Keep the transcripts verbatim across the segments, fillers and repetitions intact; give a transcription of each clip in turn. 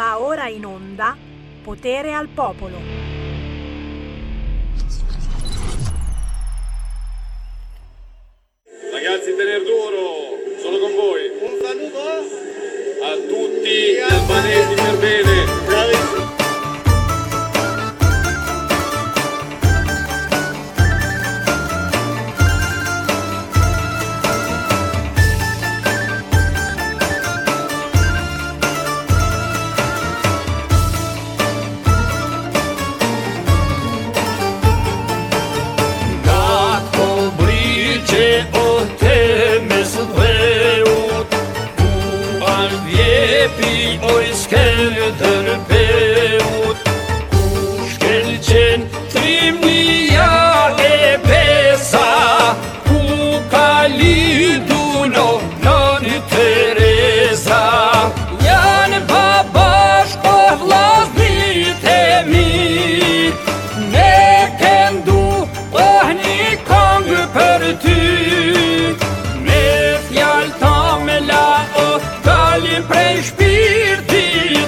Va ora in onda Potere al Popolo. Ragazzi, tener duro, sono con voi. Un saluto a tutti gli albanesi per bene. Bravissimo. Oj skelter beut Ku shkelqen trimnia e besa Ku ka lidu no nani Teresa Janë babash po vllaznit e mi Ne kendu oh një këngë për ty Me fjallë ta me la o dalin prej shpirtit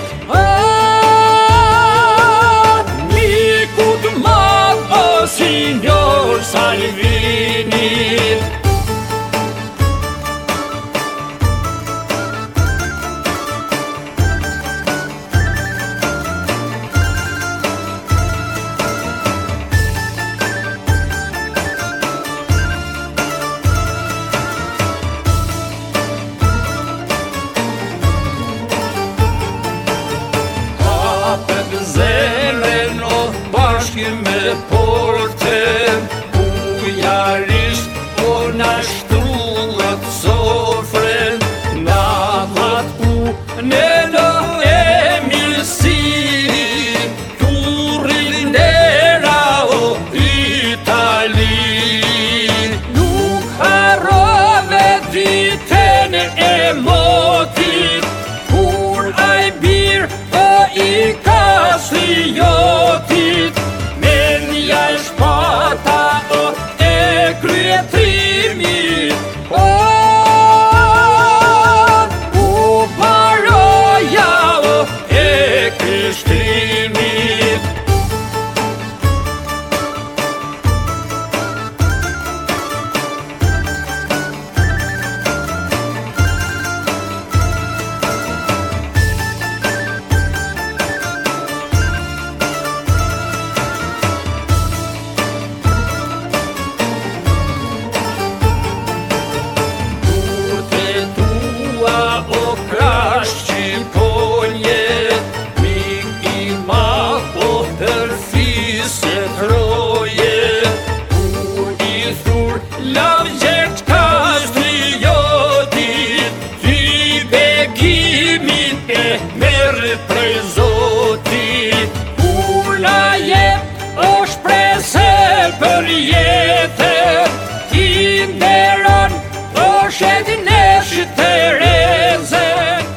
Ah, miku të madh o Signor Salvini me porte Ujarisht o na shtrullat sofren Na dhat u në në emilsin Turin nera o Italin Nuk harrove ditën e motit Kur aj bir o i kastriotit Ja shpata o e kryetrimi O, u paroja o e kryshtrimit për jetë Ti nderon o shetin e Terese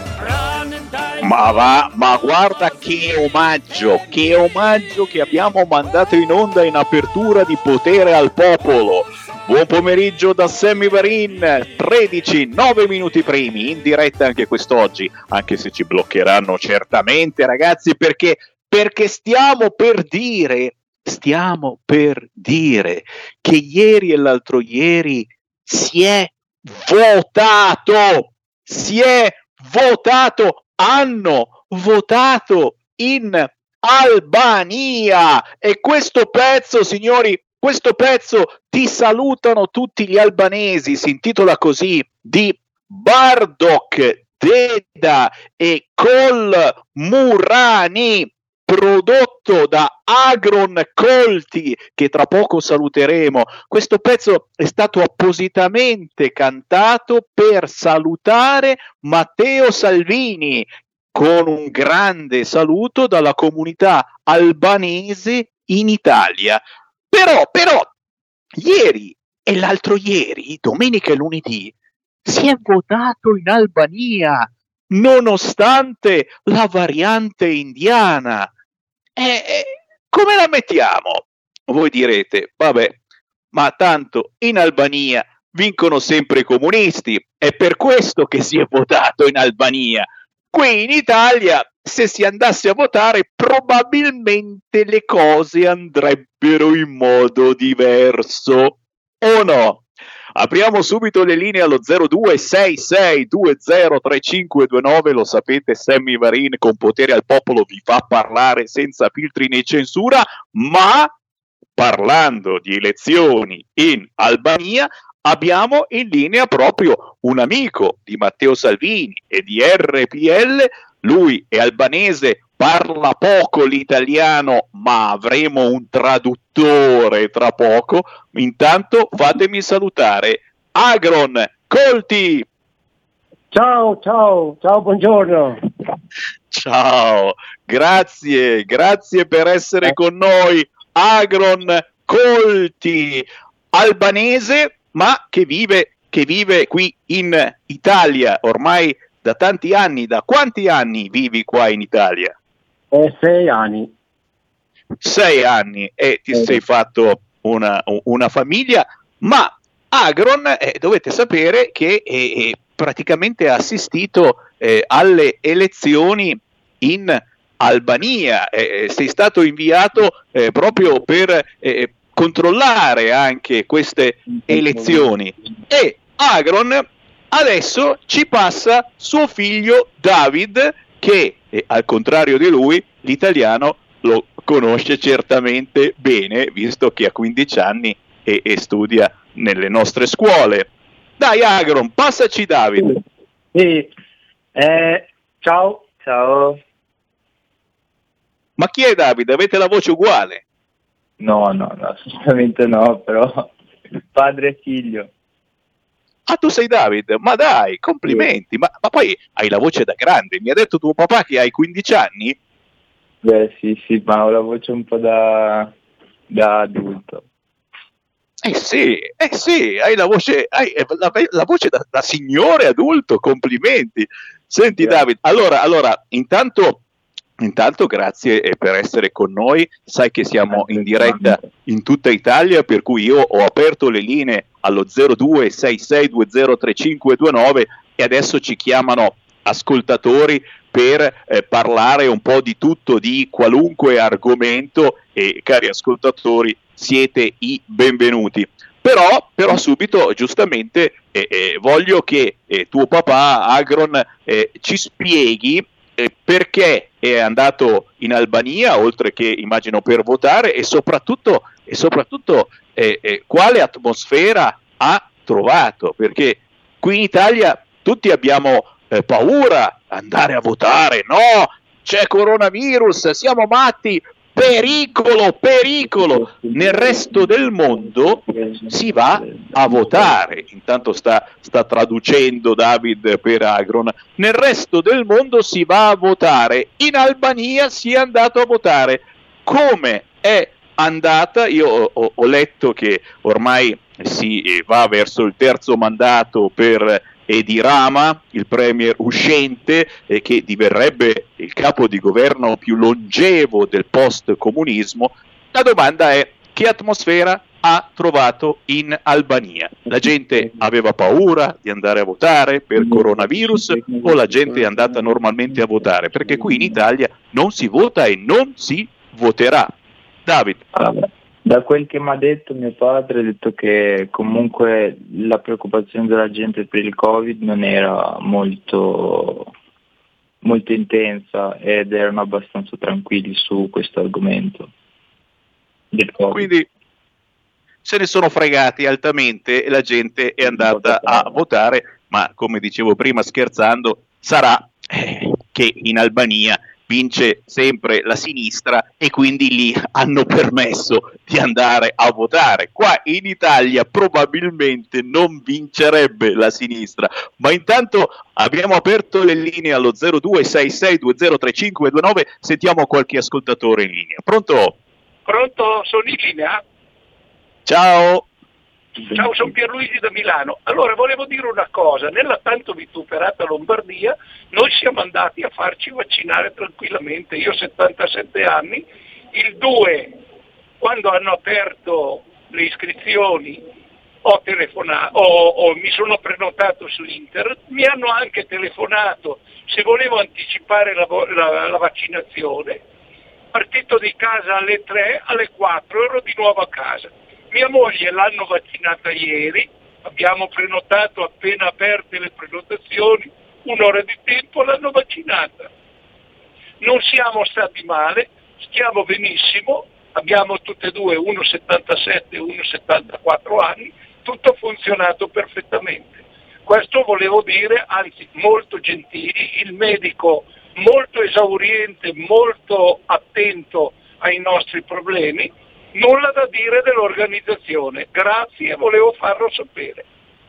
Ma va, ma guarda che omaggio, che omaggio che abbiamo mandato in onda in apertura di Potere al Popolo. Buon pomeriggio da Sammy Varin, tredici, nove minuti primi, in diretta anche quest'oggi, anche se ci bloccheranno certamente ragazzi, perché, perché stiamo per dire, stiamo per dire che ieri e l'altro ieri si è votato, si è votato, hanno votato in Albania e questo pezzo, signori, questo pezzo Ti salutano tutti gli albanesi, si intitola così, di Bardok, Deda e Kol Murani, prodotto da Agron Colti, che tra poco saluteremo. Questo pezzo è stato appositamente cantato per salutare Matteo Salvini, con un grande saluto dalla comunità albanese in Italia. Però, però, ieri e l'altro ieri, domenica e lunedì, si è votato in Albania, nonostante la variante indiana. E, e come la mettiamo? Voi direte, vabbè, ma tanto in Albania vincono sempre i comunisti, è per questo che si è votato in Albania. Qui in Italia, se si andasse a votare, probabilmente le cose andrebbero in modo diverso, o no? Apriamo subito le linee allo zero due sei sei due zero tre cinque due nove, lo sapete, Sammy Varin con Potere al Popolo vi fa parlare senza filtri né censura, ma parlando di elezioni in Albania abbiamo in linea proprio un amico di Matteo Salvini e di R P L, lui è albanese, parla poco l'italiano, ma avremo un traduttore tra poco. Intanto fatemi salutare Agron Colti. Ciao, ciao, ciao, buongiorno. Ciao, grazie, grazie per essere con noi. Agron Colti, albanese, ma che vive, che vive qui in Italia ormai da tanti anni. Da quanti anni vivi qua in Italia? Eh, sei anni. Sei anni e ti eh. sei fatto una, una famiglia, ma Agron eh, dovete sapere che eh, praticamente ha assistito eh, alle elezioni in Albania, eh, sei stato inviato eh, proprio per eh, controllare anche queste elezioni, e Agron adesso ci passa suo figlio David che eh, al contrario di lui l'italiano lo conosce certamente bene, visto che ha quindici anni e, e studia nelle nostre scuole. Dai Agron, passaci David. Sì. Eh, ciao. Ciao. Ma chi è David? Avete la voce uguale? No, no, no, assolutamente no, però padre e figlio. Ah, tu sei David? Ma dai, complimenti, sì. ma, ma poi hai la voce da grande, mi ha detto tuo papà che hai quindici anni? Beh sì, sì, ma ho la voce un po' da, da adulto. Eh sì, eh sì, hai la voce, hai la, la voce da, da signore adulto, complimenti. Senti sì. David, allora, allora intanto... Intanto grazie per essere con noi, sai che siamo in diretta in tutta Italia, per cui io ho aperto le linee allo zero due sei sei due zero tre cinque due nove e adesso ci chiamano ascoltatori per eh, parlare un po' di tutto, di qualunque argomento, e cari ascoltatori siete i benvenuti. Però, però subito, giustamente, eh, eh, voglio che eh, tuo papà Agron eh, ci spieghi Eh, perché è andato in Albania, oltre che immagino per votare, e soprattutto, e soprattutto eh, eh, quale atmosfera ha trovato, perché qui in Italia tutti abbiamo eh, paura andare a votare, no, c'è coronavirus, siamo matti, pericolo, pericolo. Nel resto del mondo si va a votare. Intanto sta, sta traducendo David per Agron. Nel resto del mondo si va a votare. In Albania si è andato a votare. Come è andata? Io ho, ho letto che ormai si va verso il terzo mandato per Edi Rama, il premier uscente, eh, che diverrebbe il capo di governo più longevo del post-comunismo. La domanda è: che atmosfera ha trovato in Albania? La gente aveva paura di andare a votare per coronavirus o la gente è andata normalmente a votare? Perché qui in Italia non si vota e non si voterà. David. Allora, da quel che mi ha detto mio padre, ha detto che comunque la preoccupazione della gente per il Covid non era molto, molto intensa ed erano abbastanza tranquilli su questo argomento del Covid. Quindi se ne sono fregati altamente e la gente è andata a votare, ma come dicevo prima scherzando, sarà eh, che in Albania vince sempre la sinistra e quindi lì hanno permesso di andare a votare. Qua in Italia probabilmente non vincerebbe la sinistra, ma intanto abbiamo aperto le linee allo zero due sei sei due zero tre cinque due nove, sentiamo qualche ascoltatore in linea. Pronto? Pronto, sono in linea? Ciao. Ciao, sono Pierluigi da Milano. Allora, volevo dire una cosa, nella tanto vituperata Lombardia noi siamo andati a farci vaccinare tranquillamente, io ho settantasette anni, il due, quando hanno aperto le iscrizioni, ho telefonato, ho, ho, mi sono prenotato su internet, mi hanno anche telefonato se volevo anticipare la, la, la vaccinazione, partito di casa alle tre, alle quattro ero di nuovo a casa. Mia moglie l'hanno vaccinata ieri, abbiamo prenotato appena aperte le prenotazioni, un'ora di tempo l'hanno vaccinata. Non siamo stati male, stiamo benissimo, abbiamo tutte e due, uno settantasette e uno settantaquattro anni, tutto ha funzionato perfettamente. Questo volevo dire, anzi molto gentili, il medico molto esauriente, molto attento ai nostri problemi, nulla da dire dell'organizzazione. Grazie, volevo farlo sapere.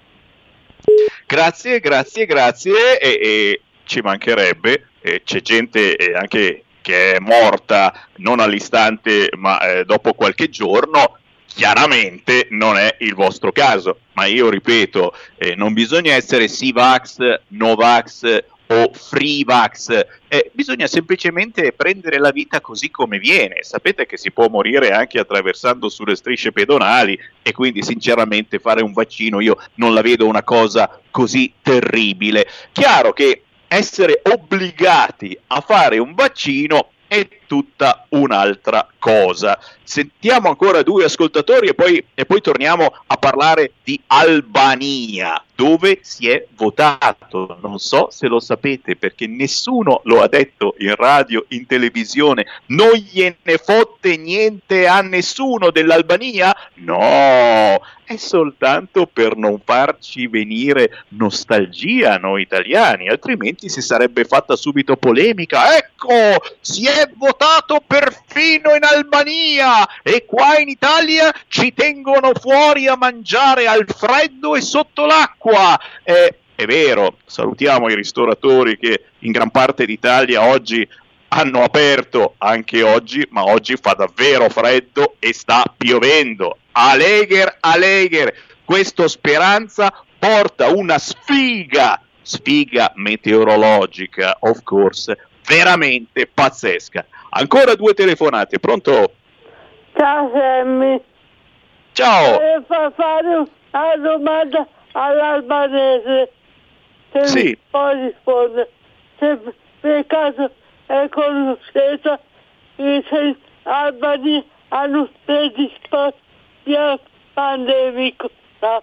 Grazie, grazie, grazie, e, e ci mancherebbe, e c'è gente eh, anche che è morta non all'istante ma eh, dopo qualche giorno. Chiaramente non è il vostro caso, ma io ripeto, eh, non bisogna essere sì-vax, no-vax o free-vax, eh, bisogna semplicemente prendere la vita così come viene. Sapete che si può morire anche attraversando sulle strisce pedonali e quindi sinceramente fare un vaccino io non la vedo una cosa così terribile. Chiaro che essere obbligati a fare un vaccino è tutta un'altra cosa. Sentiamo ancora due ascoltatori e poi, e poi torniamo a parlare di Albania, dove si è votato. Non so se lo sapete perché nessuno lo ha detto in radio, in televisione. Non gliene fotte niente a nessuno dell'Albania? No, è soltanto per non farci venire nostalgia a noi italiani, altrimenti si sarebbe fatta subito polemica. Ecco, si è votato perfino in Albania e qua in Italia ci tengono fuori a mangiare al freddo e sotto l'acqua. Eh, è vero, salutiamo i ristoratori che in gran parte d'Italia oggi hanno aperto, anche oggi, ma oggi fa davvero freddo e sta piovendo. Alegher, Alegher, questo Speranza porta una sfiga, sfiga meteorologica, of course, veramente pazzesca. Ancora due telefonate, pronto? Ciao Sammy. Ciao. Vorrei far fare una domanda all'albanese. Se sì. mi può rispondere. Se per caso è conoscenza che se Albania hanno predisposto il pandemico. No.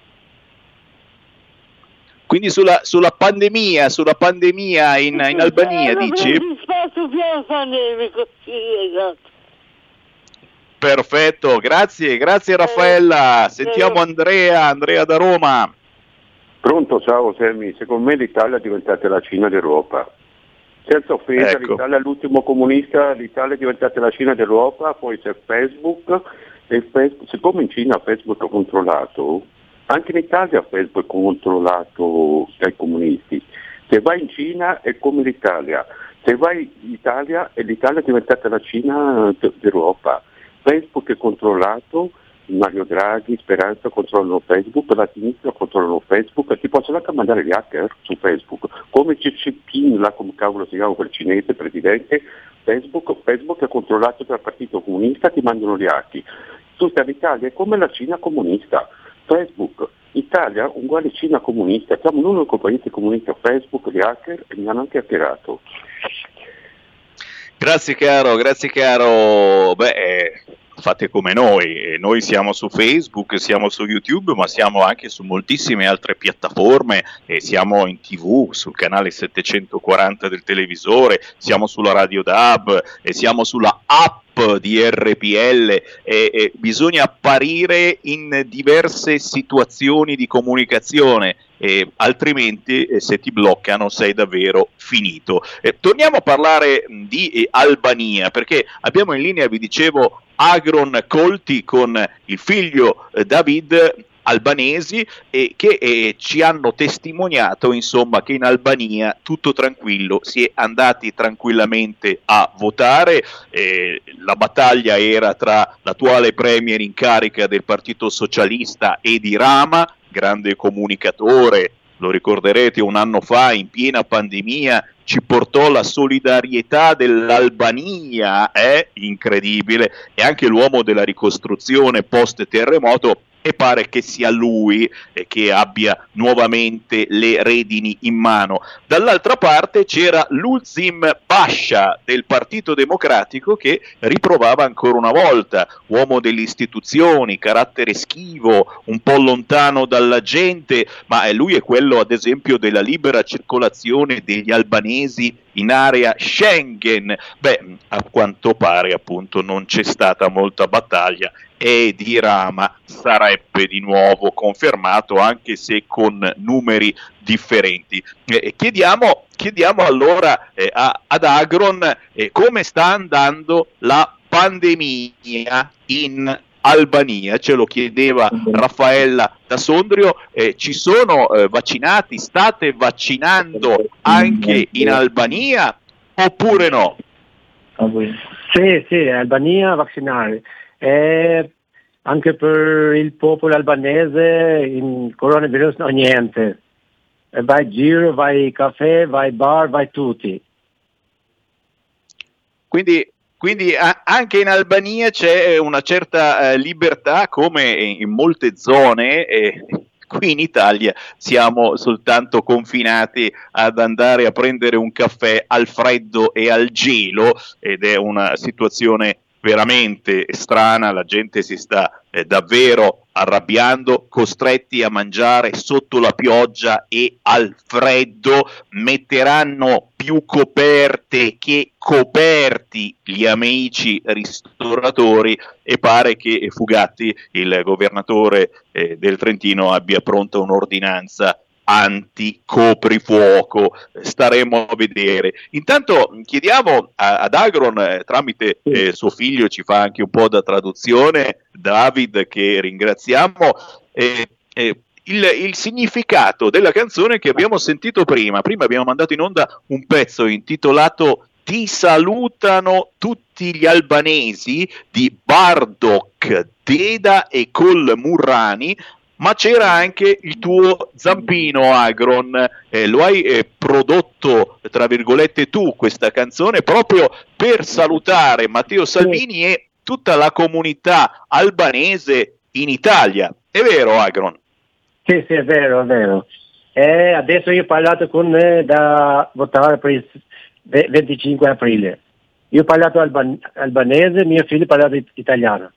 Quindi sulla, sulla pandemia, sulla pandemia in, in Albania, hanno dici? predisposto il pandemico, sì, esatto. Perfetto, grazie, grazie Raffaella. Sentiamo Andrea, Andrea da Roma. Pronto, ciao Sammy. Secondo me l'Italia è diventata la Cina d'Europa. Senza offesa, ecco. L'Italia è l'ultimo comunista, l'Italia è diventata la Cina d'Europa, poi c'è Facebook, e Facebook, siccome in Cina Facebook è controllato, anche in Italia Facebook è controllato dai comunisti. Se vai in Cina è come l'Italia, se vai in Italia e l'Italia è diventata la Cina d'Europa. Facebook è controllato, Mario Draghi, Speranza controllano Facebook, la sinistra controllano Facebook e ti possono anche mandare gli hacker su Facebook, come Xi Jinping, là come cavolo si chiama quel cinese presidente. Facebook, Facebook è controllato dal partito comunista, ti mandano gli hacker. Tutta l'Italia è come la Cina comunista. Facebook, Italia uguale Cina comunista, siamo l'unico paese comunista. Facebook, gli hacker, e mi hanno anche hackerato. Grazie caro, grazie caro. Beh, eh, fate come noi, noi siamo su Facebook, siamo su YouTube, ma siamo anche su moltissime altre piattaforme, e siamo in tivù sul canale settecentoquaranta del televisore, siamo sulla Radio D A B e siamo sulla app di R P L, e, e bisogna apparire in diverse situazioni di comunicazione, e altrimenti eh, se ti bloccano sei davvero finito. Eh, torniamo a parlare di eh, Albania, perché abbiamo in linea, vi dicevo, Agron Colti con il figlio eh, David albanesi, e che eh, ci hanno testimoniato insomma che in Albania tutto tranquillo, si è andati tranquillamente a votare. Eh, la battaglia era tra l'attuale premier in carica del Partito Socialista Edi Rama, grande comunicatore, lo ricorderete, un anno fa in piena pandemia ci portò la solidarietà dell'Albania, è incredibile, e anche l'uomo della ricostruzione post terremoto, e pare che sia lui eh, che abbia nuovamente le redini in mano. Dall'altra parte c'era Lulzim Pasha del Partito Democratico che riprovava ancora una volta, uomo delle istituzioni, carattere schivo, un po' lontano dalla gente, ma eh, lui è quello ad esempio della libera circolazione degli albanesi in area Schengen. Beh, a quanto pare appunto non c'è stata molta battaglia e Edi Rama sarebbe di nuovo confermato, anche se con numeri differenti. Eh, chiediamo, chiediamo allora eh, a, ad Agron eh, come sta andando la pandemia in Albania. Ce lo chiedeva Raffaella da Sondrio. Eh, ci sono eh, vaccinati? State vaccinando anche in Albania oppure no? Sì, sì, Albania vaccinare. E anche per il popolo albanese il coronavirus non niente. E vai giro, vai caffè, vai bar, vai tutti. Quindi, quindi a, anche in Albania c'è una certa eh, libertà, come in molte zone. Eh, qui in Italia siamo soltanto confinati ad andare a prendere un caffè al freddo e al gelo, ed è una situazione veramente strana. La gente si sta eh, davvero arrabbiando, costretti a mangiare sotto la pioggia e al freddo. Metteranno più coperte che coperti gli amici ristoratori e pare che Fugatti, il governatore eh, del Trentino, abbia pronta un'ordinanza anti-coprifuoco. Staremo a vedere. Intanto chiediamo a, ad Agron, eh, tramite eh, suo figlio, ci fa anche un po' da traduzione, David, che ringraziamo, eh, eh, il, il significato della canzone che abbiamo sentito prima. Prima abbiamo mandato in onda un pezzo intitolato Ti salutano tutti gli albanesi di Bardok, Deda e Col Murrani, ma c'era anche il tuo zampino, Agron. Eh, lo hai eh, prodotto, tra virgolette, tu questa canzone proprio per salutare Matteo Salvini e tutta la comunità albanese in Italia. È vero, Agron? Sì, sì, è vero, è vero. E adesso io ho parlato con me da votare per il venticinque aprile. Io ho parlato alban- albanese, mio figlio ha parlato it- italiano.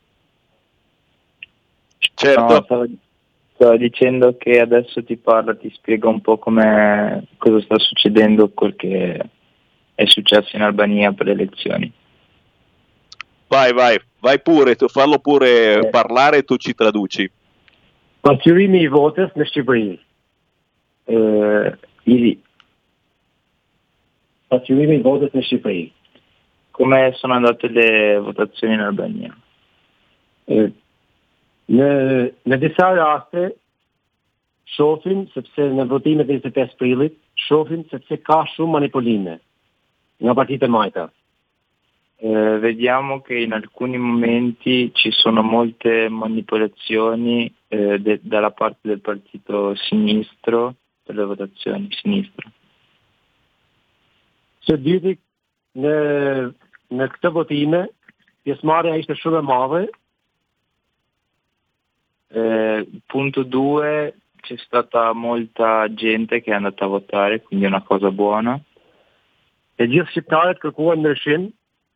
Certo. No, stavo, stavo dicendo che adesso ti parla, ti spiega un po' come cosa sta succedendo, quel che è successo in Albania per le elezioni. Vai, vai, vai pure, tu fallo pure eh. parlare e tu ci traduci. Pasqyrimi i votës në Shqipëri. Uh, i, Pasqyrimi i votës në Shqipëri. Come sono andate le votazioni in Albania? Uh, Në, në disa raste shohim, sepse në votimet e njëzet e pesë prillit, shohim sepse ka shumë manipolime nga partitë e majta. Eh, vediamo che in alcuni momenti ci sono molte manipolazioni eh, de- dalla parte del partito sinistro per le votazioni, sinistro. Së dyti, në, në këtë votime, pjesëmarrja ishte shumë e madhe. Eh, punto due, c'è stata molta gente che è andata a votare, quindi è una cosa buona. E gjithë shqiptarët kërkuan ndryshim.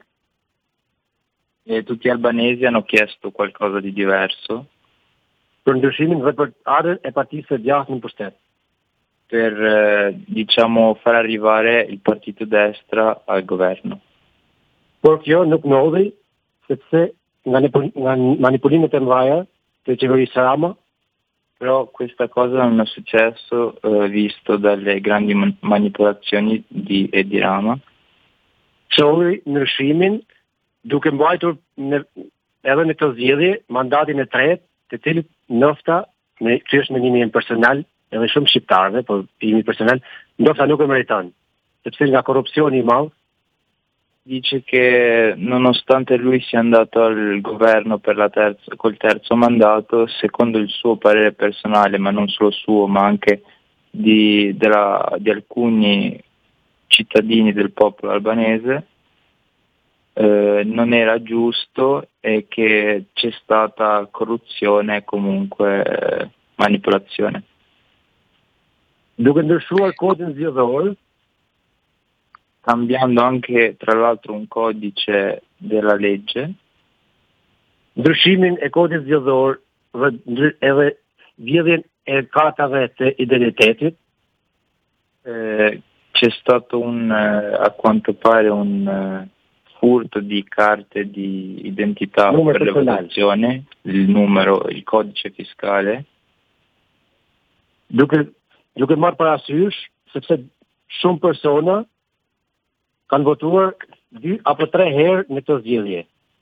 E tutti gli albanesi hanno chiesto qualcosa di diverso. Për ndryshimin veprimtar e partisë së djathtë në pushtet. Per eh, diciamo far arrivare il partito destra al governo. Por kjo nuk ndodhi, sepse nga, nga manipulimet e mëdha del qeverisë Rama. Però questa cosa non è successo eh, visto dalle grandi man- manipolazioni di Edi Rama. Shohi ndryshimin duke mbajtur në, edhe në këtë zgjedhje mandatin e tretë, të cilit nofta, me që është mendimin personal, edhe shumë shqiptarëve, por mendimin personal, nofta nuk e meriton, sepse nga korruzioni i madh. Dice che nonostante lui sia andato al governo per la terza, col terzo mandato, secondo il suo parere personale, ma non solo suo, ma anche di, della, di alcuni cittadini del popolo albanese, eh, non era giusto e che c'è stata corruzione e comunque eh, manipolazione. Duke ndryshuar kodin zgjedhor, cambiando anche tra l'altro un codice della legge, ndryshimin e kodit zgjedhor dhe ndry- edhe vjedhjen e kartave të identitetit. eh, c'è stato un, eh, a quanto pare un eh, furto di carte di identità Numero per le personale. votazioni, il numero, il codice fiscale, Duke duke marrë parasysh sepse shumë persona kanë votuar dy apo tre herë në këtë zgjedhje.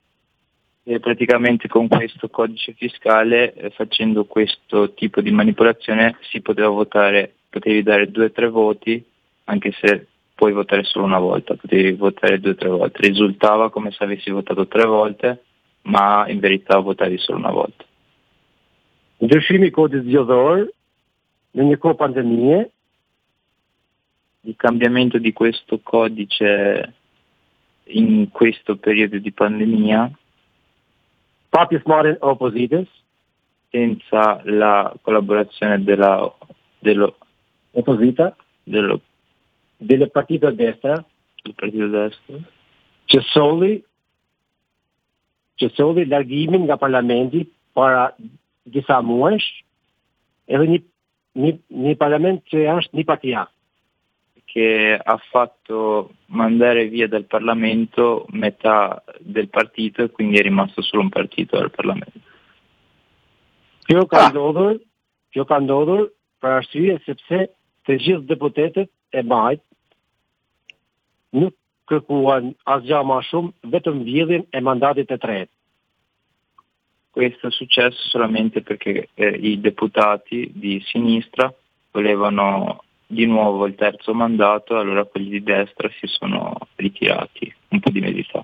e praticamente con questo codice fiscale, eh, facendo questo tipo di manipolazione, si poteva votare, potevi dare due o tre voti, anche se puoi votare solo una volta, potevi votare due o tre volte. Risultava come se avessi votato tre volte, ma in verità votavi solo una volta. Ndryshimi i kodit zgjedhor në një kohë pandemie, Il cambiamento di questo codice in questo periodo di pandemia, pa pjesëmarrjen e opozitës, senza la collaborazione della, dello, opozita, dello, delle partite të destra, del partito destro, që solli që solli largimin nga parlamenti para disa muajsh, edhe një një, një parlament që është një partia. che ha fatto mandare via dal Parlamento metà del partito e quindi è rimasto solo un partito dal Parlamento. Kjo ka Ah. ndodhur, kjo ka ndodhur për arsye sepse të gjithë deputetët e majt nuk kërkuan asgjë më shumë, vetëm mbjelljen e mandatit të tretë. Questo è successo solamente perché eh, i deputati di sinistra volevano di nuovo il terzo mandato, allora quelli di destra si sono ritirati un po' di mesi fa.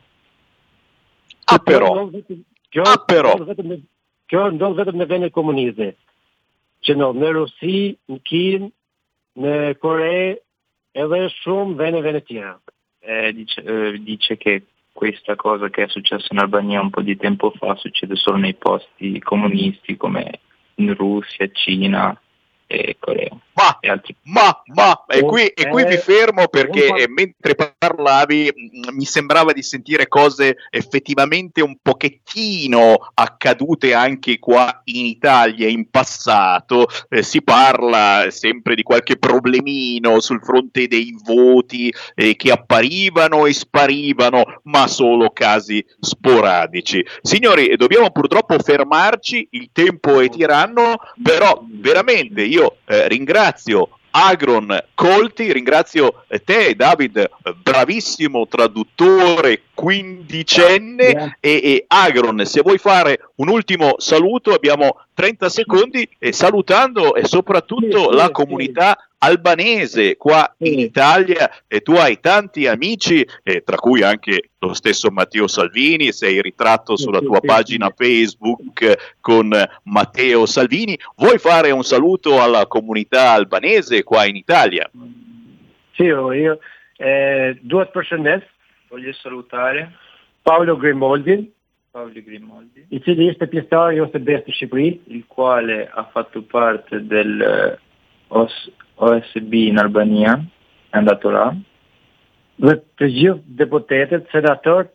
Ah però, Kjo Ah, però. ndodh vetëm në- kjo ndodh vetëm në vende komuniste. Që no, në Rusi, në Kinë, në Kore, edhe shumë vende vende tjera. Eh, dice, eh, dice che questa cosa che è successa in Albania un po' di tempo fa succede solo nei posti comunisti come in Russia, Cina e Corea. ma, E altri. ma, ma, e Oh, qui, e qui eh, mi fermo perché un po'. eh, mentre parlavi mh, mi sembrava di sentire cose effettivamente un pochettino accadute anche qua in Italia in passato. Eh, si parla sempre di qualche problemino sul fronte dei voti eh, che apparivano e sparivano, ma solo casi sporadici. Signori, eh, dobbiamo purtroppo fermarci, il tempo è tiranno, però veramente io eh, ringrazio Agron Colti, ringrazio eh, te David, eh, bravissimo traduttore quindicenne, Grazie. e, e Agron, se vuoi fare un ultimo saluto abbiamo trenta secondi, e salutando e soprattutto Sì, sì, la sì. comunità albanese qua in Sì. Italia, e tu hai tanti amici, eh, tra cui anche lo stesso Matteo Salvini, sei ritratto Sì, sulla sì, tua sì, pagina Facebook eh, con Matteo Salvini. Vuoi fare un saluto alla comunità albanese qua in Italia? Sì, io, io eh, duhet përshëndes Voglio salutare Paolo Grimoldin, Paolo Grimoldi, i cili ishte pjesëtar i O S B-s të Shqipërisë, il quale ha fatto parte del eh, O S B in Albania, è andato là, dhe të gjithë deputetët, senatorët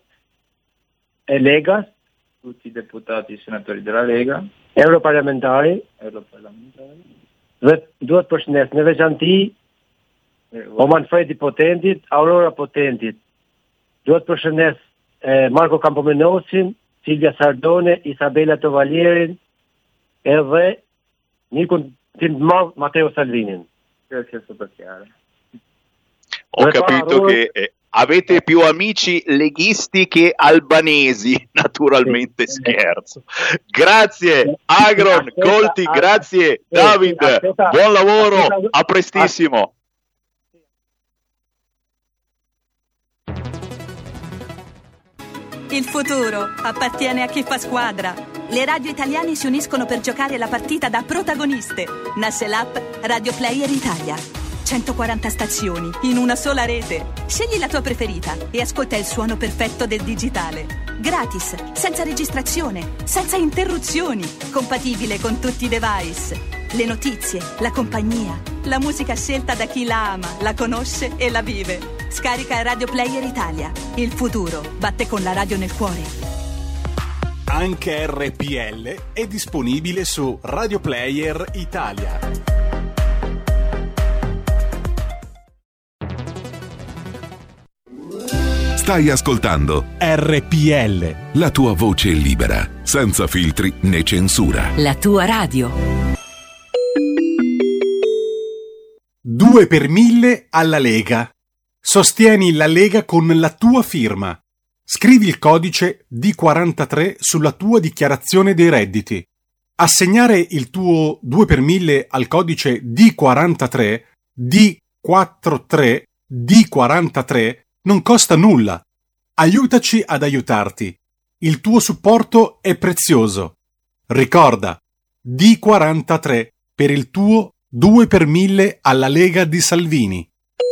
e Legas, tutti i deputati e senatori della Lega, europarlamentari, europarlamentari, dhe duhet përshëndes në veçanti eh, Oman Fredi Potentit, Aurora Potentit. Duhet përshëndes eh, Marko Kampomenosin, Silvia Sardone, Isabela Tovalierin, edhe Nikun tim të madh Matteo Salvinin. grazie per chiaro. Ho Vuoi capito fare- che eh, avete più amici leghisti che albanesi, naturalmente Sì. scherzo. Grazie Agron Aspetta, Colti, aspetta. grazie Sì, David, aspetta, buon lavoro, aspetta. a prestissimo. Il futuro appartiene a chi fa squadra. Le radio italiane si uniscono per giocare la partita da protagoniste. Nasce l'app Radio Player Italia. centoquaranta stazioni in una sola rete. Scegli la tua preferita e ascolta il suono perfetto del digitale. Gratis, senza registrazione, senza interruzioni, compatibile con tutti i device. Le notizie, la compagnia, la musica scelta da chi la ama, la conosce e la vive. Scarica Radio Player Italia. Il futuro batte con la radio nel cuore. Anche R P L è disponibile su Radio Player Italia. Stai ascoltando R P L, la tua voce libera, senza filtri né censura. La tua radio. due per mille alla Lega. Sostieni la Lega con la tua firma. Scrivi il codice D quarantatré sulla tua dichiarazione dei redditi. Assegnare il tuo due per mille al codice D quarantatré, D quarantatré, D quarantatré non costa nulla. Aiutaci ad aiutarti. Il tuo supporto è prezioso. Ricorda, D quarantatré per il tuo due per mille alla Lega di Salvini.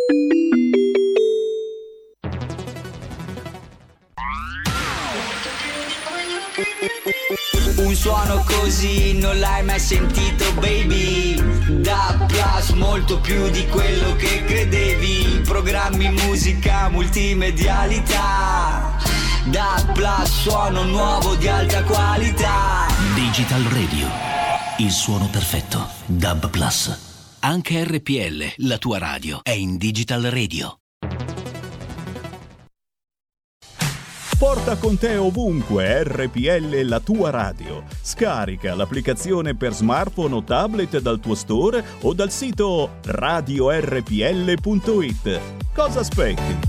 Un suono così non l'hai mai sentito, baby. Da Plus, molto più di quello che credevi. Programmi, musica, multimedialità. Da Plus, suono nuovo di alta qualità. Digital Radio, il suono perfetto. Dub Plus. Anche R P L, la tua radio, è in Digital Radio. Porta con te ovunque R P L, la tua radio. Scarica l'applicazione per smartphone o tablet dal tuo store o dal sito radio r p l punto i t. Cosa aspetti?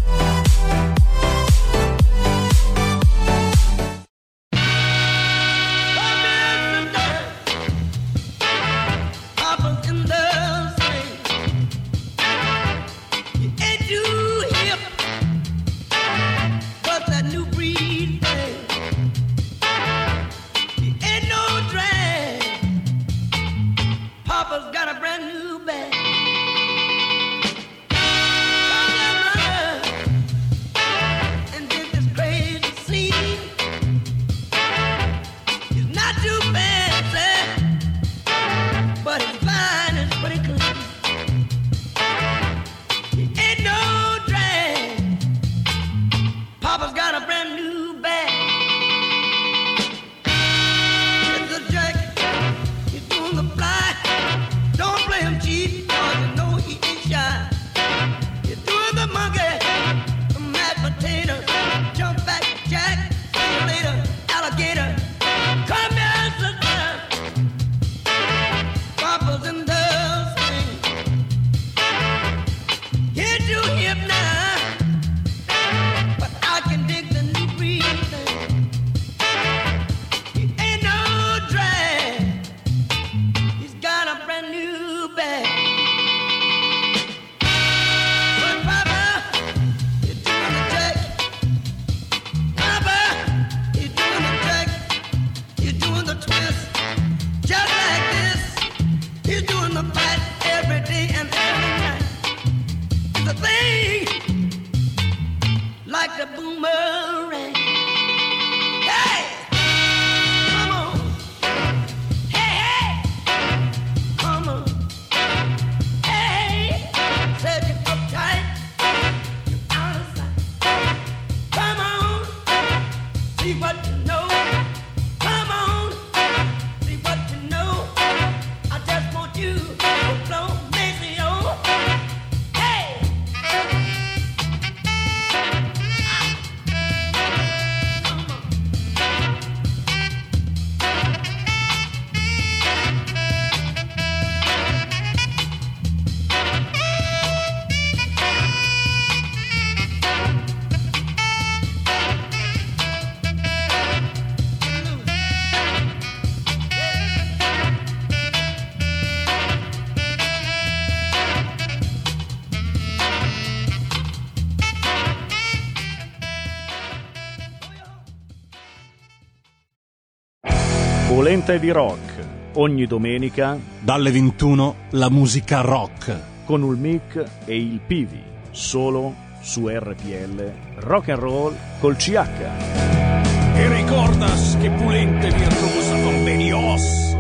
Polenta di rock, ogni domenica dalle ventuno la musica rock con il mic e il Pivi, solo su R P L Rock and Roll col C H. E ricordas che pulente virtuosa convenios.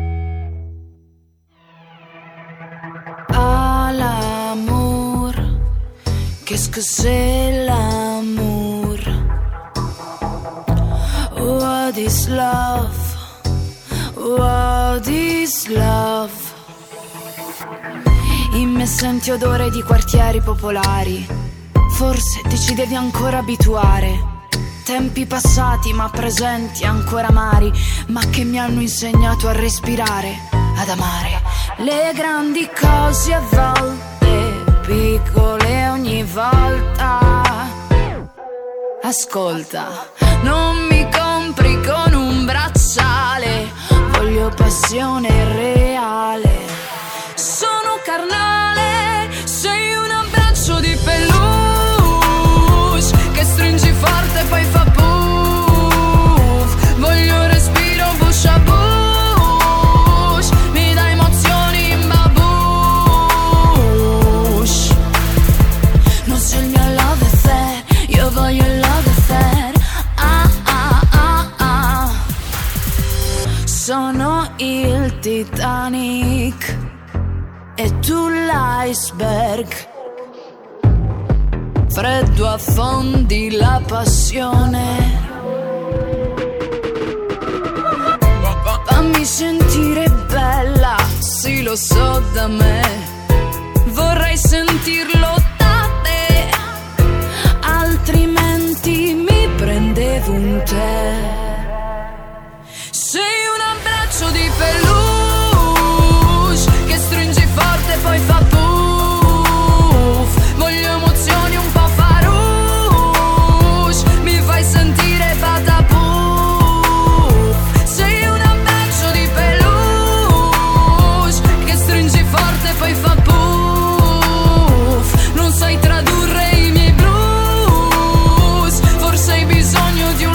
Ah, l'amour, qu'est-ce que c'est l'amour? What is love? What is love? In me senti odore di quartieri popolari. Forse ti ci devi ancora abituare. Tempi passati ma presenti ancora amari, ma che mi hanno insegnato a respirare, ad amare. Le grandi cose a volte, piccole ogni volta. Ascolta, non mi compri con un bracciale, voglio passione reale. Sono carnale, sei un abbraccio di peluche che stringi forte e poi fa puff. Voglio respiro bush a bush, mi dà emozioni in babush. Non sei il mio love affair, io voglio il love affair. Ah ah ah ah. Sono il Titanic e tu l'iceberg. Freddo affondi la passione. Fammi sentire bella, sì lo so da me. Vorrei sentirlo da te, altrimenti mi prendevo un tè. Sei un abbraccio di peluche che stringi forte e poi fa puff. Voglio emozioni un po' farouche, mi fai sentire patapuff. Sei un abbraccio di peluche che stringi forte e poi fa puff. Non sai tradurre i miei blues, forse hai bisogno di un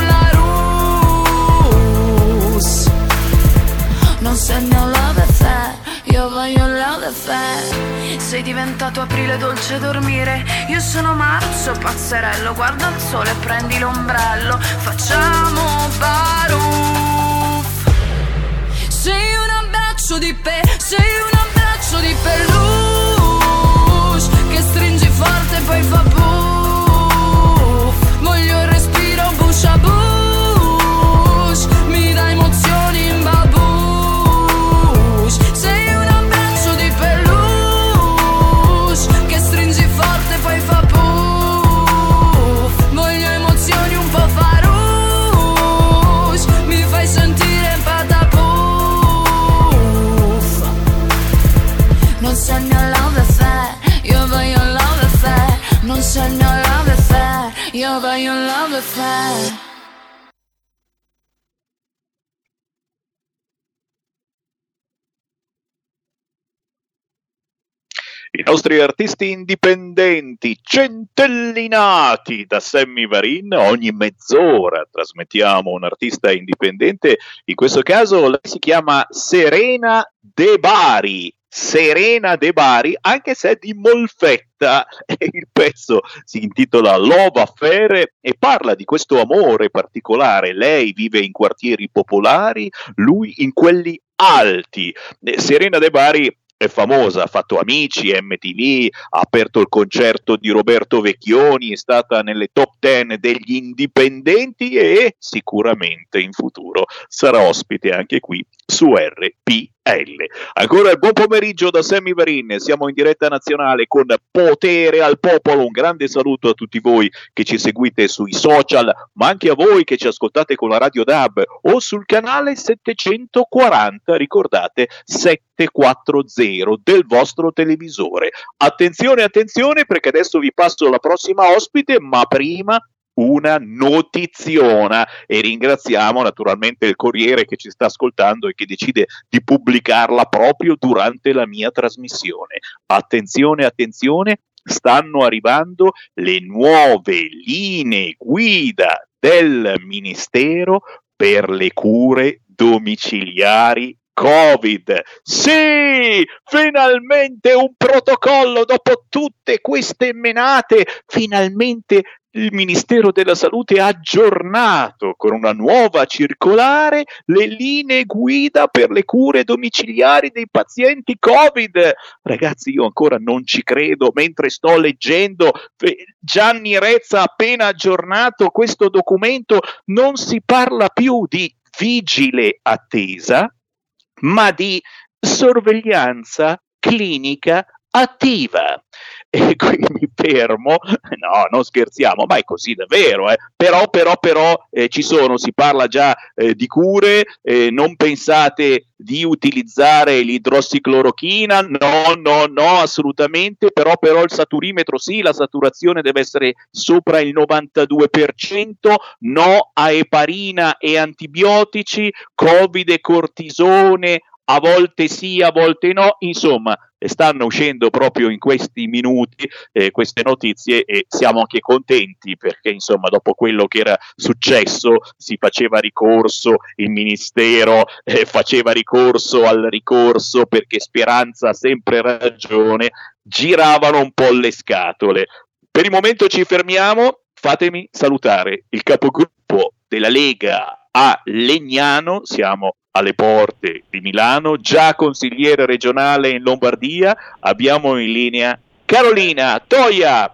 Larousse. Non sei il mio love affair, io voglio il love affair. Sei diventato aprile dolce dormire, io sono marzo pazzerello. Guarda il sole, prendi l'ombrello, facciamo baruff. Sei un abbraccio di pe, sei un abbraccio di peluche che stringi forte e poi fa puff. Voglio il respiro bush a bush, mi dà emozioni in babush. Sei un abbraccio di peluche che stringi forte e poi fa puff. Voglio emozioni un po' farouche, mi fai sentire patapuff. Non sei il mio love affair, io voglio un love affair. Non sei il mio love affair, io voglio un love affair. I nostri artisti indipendenti, centellinati da Sammy Varin. Ogni mezz'ora trasmettiamo un artista indipendente. In questo caso lei si chiama Serena De Bari. Serena De Bari, anche se è di Molfetta. Il pezzo si intitola Love Affair e parla di questo amore particolare. Lei vive in quartieri popolari, lui in quelli alti. Serena De Bari è famosa, ha fatto Amici, M T V, ha aperto il concerto di Roberto Vecchioni, è stata nelle top ten degli indipendenti e sicuramente in futuro sarà ospite anche qui su R P L. Ancora il buon pomeriggio da Sammy Varin, siamo in diretta nazionale con Potere al Popolo. Un grande saluto a tutti voi che ci seguite sui social, ma anche a voi che ci ascoltate con la Radio D A B o sul canale settecentoquaranta, ricordate settecentoquaranta del vostro televisore. Attenzione, attenzione, perché adesso vi passo la prossima ospite, ma prima una notiziona, e ringraziamo naturalmente il Corriere che ci sta ascoltando e che decide di pubblicarla proprio durante la mia trasmissione. Attenzione, attenzione, stanno arrivando le nuove linee guida del Ministero per le cure domiciliari Covid. Sì, finalmente un protocollo dopo tutte queste menate, finalmente il Ministero della Salute ha aggiornato con una nuova circolare le linee guida per le cure domiciliari dei pazienti Covid. Ragazzi, io ancora non ci credo, mentre sto leggendo, Gianni Rezza ha appena aggiornato questo documento, non si parla più di vigile attesa, ma di sorveglianza clinica attiva. E quindi mi fermo, no, non scherziamo, ma è così davvero, eh. però però però eh, ci sono, si parla già eh, di cure, eh, non pensate di utilizzare l'idrossiclorochina, no no no assolutamente, però però il saturimetro sì, la saturazione deve essere sopra il novantadue per cento, no a eparina e antibiotici, Covid e cortisone, a volte sì, a volte no, insomma stanno uscendo proprio in questi minuti eh, queste notizie e siamo anche contenti perché insomma dopo quello che era successo si faceva ricorso, il Ministero eh, faceva ricorso al ricorso perché Speranza ha sempre ragione, giravano un po' le scatole. Per il momento ci fermiamo, fatemi salutare il capogruppo della Lega a Legnano, siamo alle porte di Milano, già consigliere regionale in Lombardia, abbiamo in linea Carolina Toia.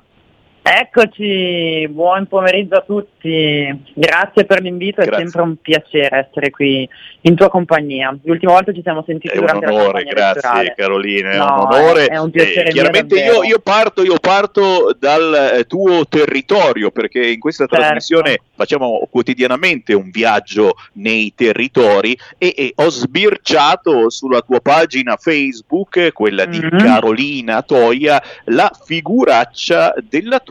Eccoci, buon pomeriggio a tutti, grazie per l'invito, grazie. È sempre un piacere essere qui in tua compagnia. L'ultima volta ci siamo sentiti è durante un onore, la campagna grazie elettorale. Carolina, è no, un onore. È un piacere eh, chiaramente io, io, parto, io parto dal eh, tuo territorio perché in questa certo. trasmissione facciamo quotidianamente un viaggio nei territori e, e ho sbirciato sulla tua pagina Facebook, quella di mm-hmm. Carolina Toia, la figuraccia dell'attuale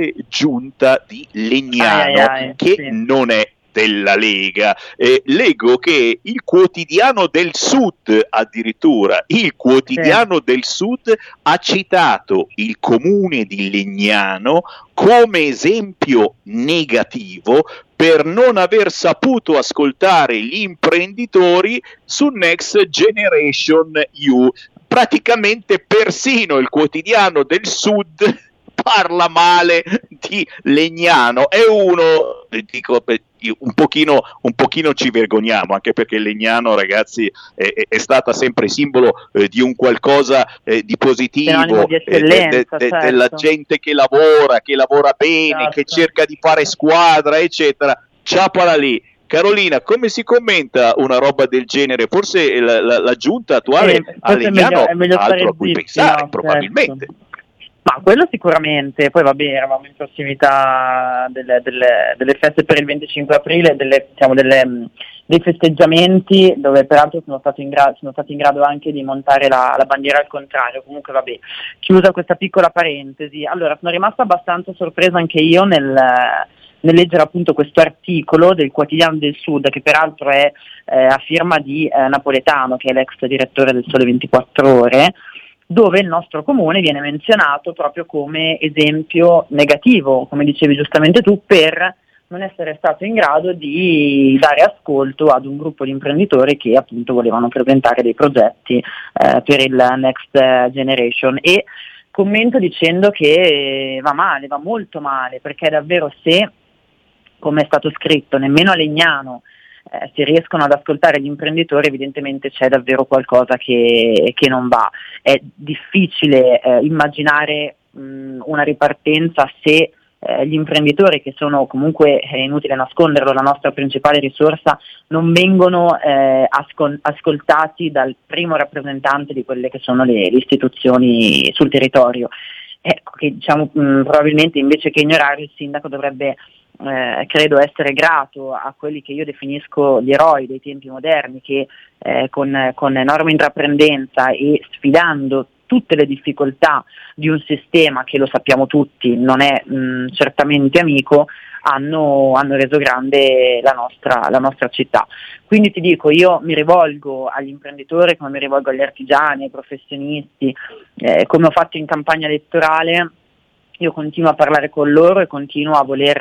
giunta di Legnano, ai, ai, che sì. non è della Lega. Eh, leggo che il Quotidiano del Sud, addirittura il Quotidiano sì. del Sud ha citato il comune di Legnano come esempio negativo per non aver saputo ascoltare gli imprenditori su Next Generation E U. Praticamente persino il Quotidiano del Sud parla male di Legnano. È uno, dico, un pochino, un pochino ci vergogniamo, anche perché Legnano, ragazzi, è, è stata sempre simbolo eh, di un qualcosa eh, di positivo, di eh, de, de, de, certo. della gente che lavora, che lavora bene, certo. che cerca di fare squadra, eccetera. Ciapala lì. Carolina, come si commenta una roba del genere? Forse la, la, la giunta attuale eh, a Legnano ha altro a cui zitti, pensare, no, probabilmente. Certo. Ma quello sicuramente, poi va bene, eravamo in prossimità delle, delle, delle feste per il venticinque aprile, delle, diciamo, delle, dei festeggiamenti dove peraltro sono stato in grado, sono stato in grado anche di montare la, la bandiera al contrario, comunque vabbè, chiusa questa piccola parentesi. Allora, sono rimasta abbastanza sorpresa anche io nel, nel leggere appunto questo articolo del Quotidiano del Sud, che peraltro è eh, a firma di eh, Napoletano, che è l'ex direttore del Sole ventiquattro Ore, dove il nostro comune viene menzionato proprio come esempio negativo, come dicevi giustamente tu, per non essere stato in grado di dare ascolto ad un gruppo di imprenditori che appunto volevano presentare dei progetti eh, per il Next Generation. E commento dicendo che va male, va molto male, perché davvero se, come è stato scritto, nemmeno a Legnano Eh, si riescono ad ascoltare gli imprenditori, evidentemente c'è davvero qualcosa che, che non va. È difficile eh, immaginare mh, una ripartenza se eh, gli imprenditori, che sono comunque, è inutile nasconderlo, la nostra principale risorsa, non vengono eh, ascol- ascoltati dal primo rappresentante di quelle che sono le, le istituzioni sul territorio. Ecco che diciamo mh, probabilmente invece che ignorare, il sindaco dovrebbe Eh, credo essere grato a quelli che io definisco gli eroi dei tempi moderni, che eh, con, con enorme intraprendenza e sfidando tutte le difficoltà di un sistema che, lo sappiamo tutti, non è mh, certamente amico, hanno, hanno reso grande la nostra, la nostra città. Quindi ti dico, io mi rivolgo agli imprenditori come mi rivolgo agli artigiani, ai professionisti, eh, come ho fatto in campagna elettorale. Io continuo a parlare con loro e continuo a voler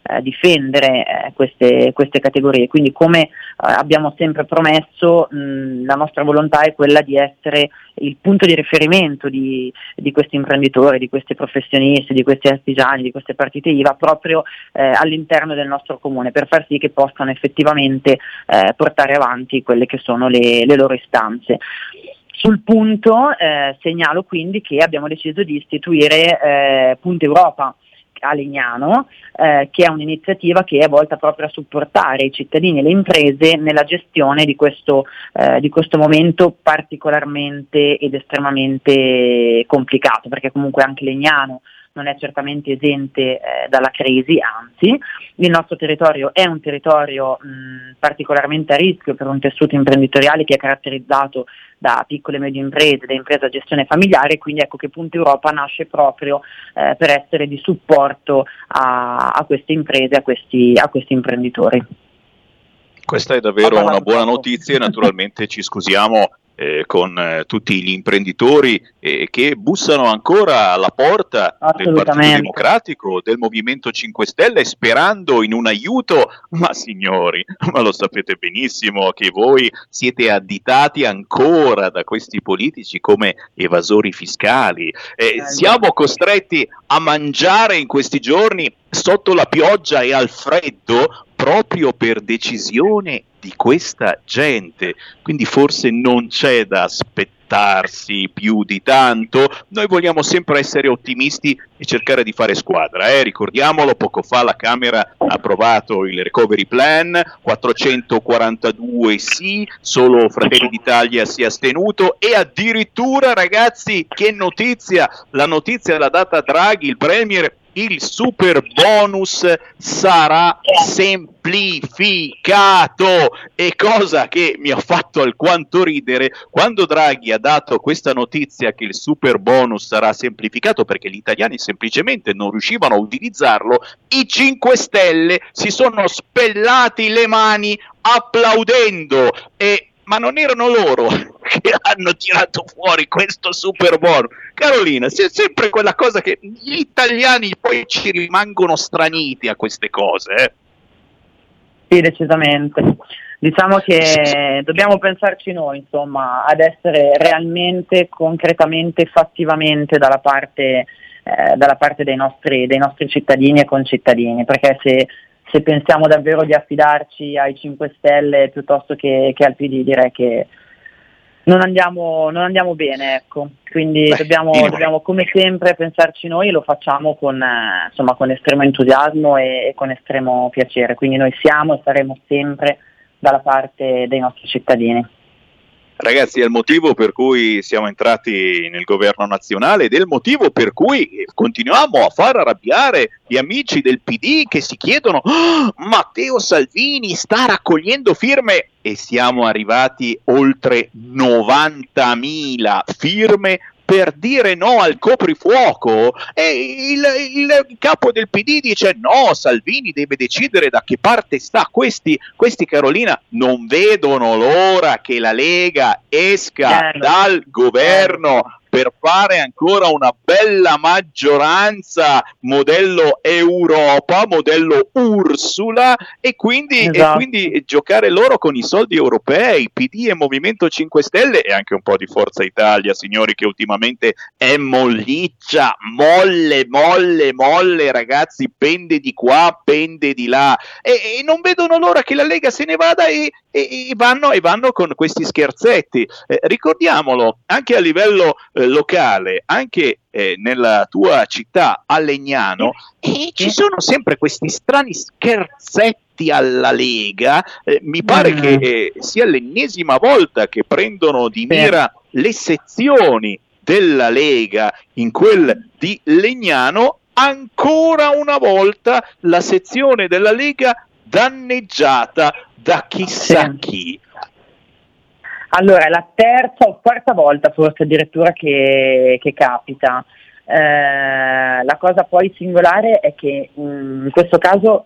eh, difendere eh, queste, queste categorie. Quindi, come eh, abbiamo sempre promesso, mh, la nostra volontà è quella di essere il punto di riferimento di, di questi imprenditori, di questi professionisti, di questi artigiani, di queste partite I V A proprio eh, all'interno del nostro comune, per far sì che possano effettivamente eh, portare avanti quelle che sono le, le loro istanze. Sul punto eh, segnalo quindi che abbiamo deciso di istituire eh, Punto Europa a Legnano, eh, che è un'iniziativa che è volta proprio a supportare i cittadini e le imprese nella gestione di questo, eh, di questo momento particolarmente ed estremamente complicato, perché comunque anche Legnano non è certamente esente eh, dalla crisi, anzi il nostro territorio è un territorio mh, particolarmente a rischio per un tessuto imprenditoriale che è caratterizzato da piccole e medie imprese, da imprese a gestione familiare, quindi ecco che Punto Europa nasce proprio eh, per essere di supporto a, a queste imprese, a questi, a questi imprenditori. Questa è davvero una buona notizia e naturalmente ci scusiamo eh, con eh, tutti gli imprenditori eh, che bussano ancora alla porta del Partito Democratico, del Movimento cinque Stelle, sperando in un aiuto. Ma signori, ma lo sapete benissimo che voi siete additati ancora da questi politici come evasori fiscali. Eh, siamo costretti a mangiare in questi giorni sotto la pioggia e al freddo proprio per decisione di questa gente, quindi forse non c'è da aspettarsi più di tanto. Noi vogliamo sempre essere ottimisti e cercare di fare squadra, eh? Ricordiamolo, poco fa la Camera ha approvato il recovery plan, quattrocentoquarantadue sì, solo Fratelli d'Italia si è astenuto e addirittura, ragazzi, che notizia, la notizia l'ha data Draghi, il Premier: il super bonus sarà semplificato, e cosa che mi ha fatto alquanto ridere quando Draghi ha dato questa notizia che il super bonus sarà semplificato perché gli italiani semplicemente non riuscivano a utilizzarlo. I cinque Stelle si sono spellati le mani applaudendo, e ma non erano loro che hanno tirato fuori questo super bonus. Carolina, c'è sempre quella cosa che gli italiani poi ci rimangono straniti a queste cose, eh? Sì, decisamente. Diciamo che dobbiamo pensarci noi, insomma, ad essere realmente, concretamente, fattivamente dalla parte, eh, dalla parte dei nostri, dei nostri cittadini e concittadini, perché se se pensiamo davvero di affidarci ai cinque Stelle piuttosto che, che al P D, direi che non andiamo, non andiamo bene, ecco. Quindi Beh, dobbiamo, dobbiamo come sempre pensarci noi, e lo facciamo con, eh, insomma, con estremo entusiasmo e, e con estremo piacere. Quindi noi siamo e saremo sempre dalla parte dei nostri cittadini. Ragazzi, è il motivo per cui siamo entrati nel governo nazionale ed è il motivo per cui continuiamo a far arrabbiare gli amici del P D che si chiedono: oh, Matteo Salvini sta raccogliendo firme, e siamo arrivati oltre novantamila firme per dire no al coprifuoco, e il, il capo del P D dice no, Salvini deve decidere da che parte sta. Questi, questi Carolina, non vedono l'ora che la Lega esca Bello. dal governo per fare ancora una bella maggioranza modello Europa, modello Ursula, e quindi, esatto. e quindi giocare loro con i soldi europei. P D e Movimento cinque Stelle e anche un po' di Forza Italia, signori, che ultimamente è molliccia, molle, molle, molle, ragazzi, pende di qua, pende di là, e, e non vedono l'ora che la Lega se ne vada e, e, e, vanno, e vanno con questi scherzetti. Eh, ricordiamolo, anche a livello eh, locale, anche eh, nella tua città, a Legnano, e ci sono sempre questi strani scherzetti alla Lega. Eh, mi pare mm. che eh, sia l'ennesima volta che prendono di mira le sezioni della Lega in quel di Legnano. Ancora una volta la sezione della Lega danneggiata da chissà chi. Allora, è la terza o quarta volta forse addirittura che, che capita. Eh, la cosa poi singolare è che mh, in questo caso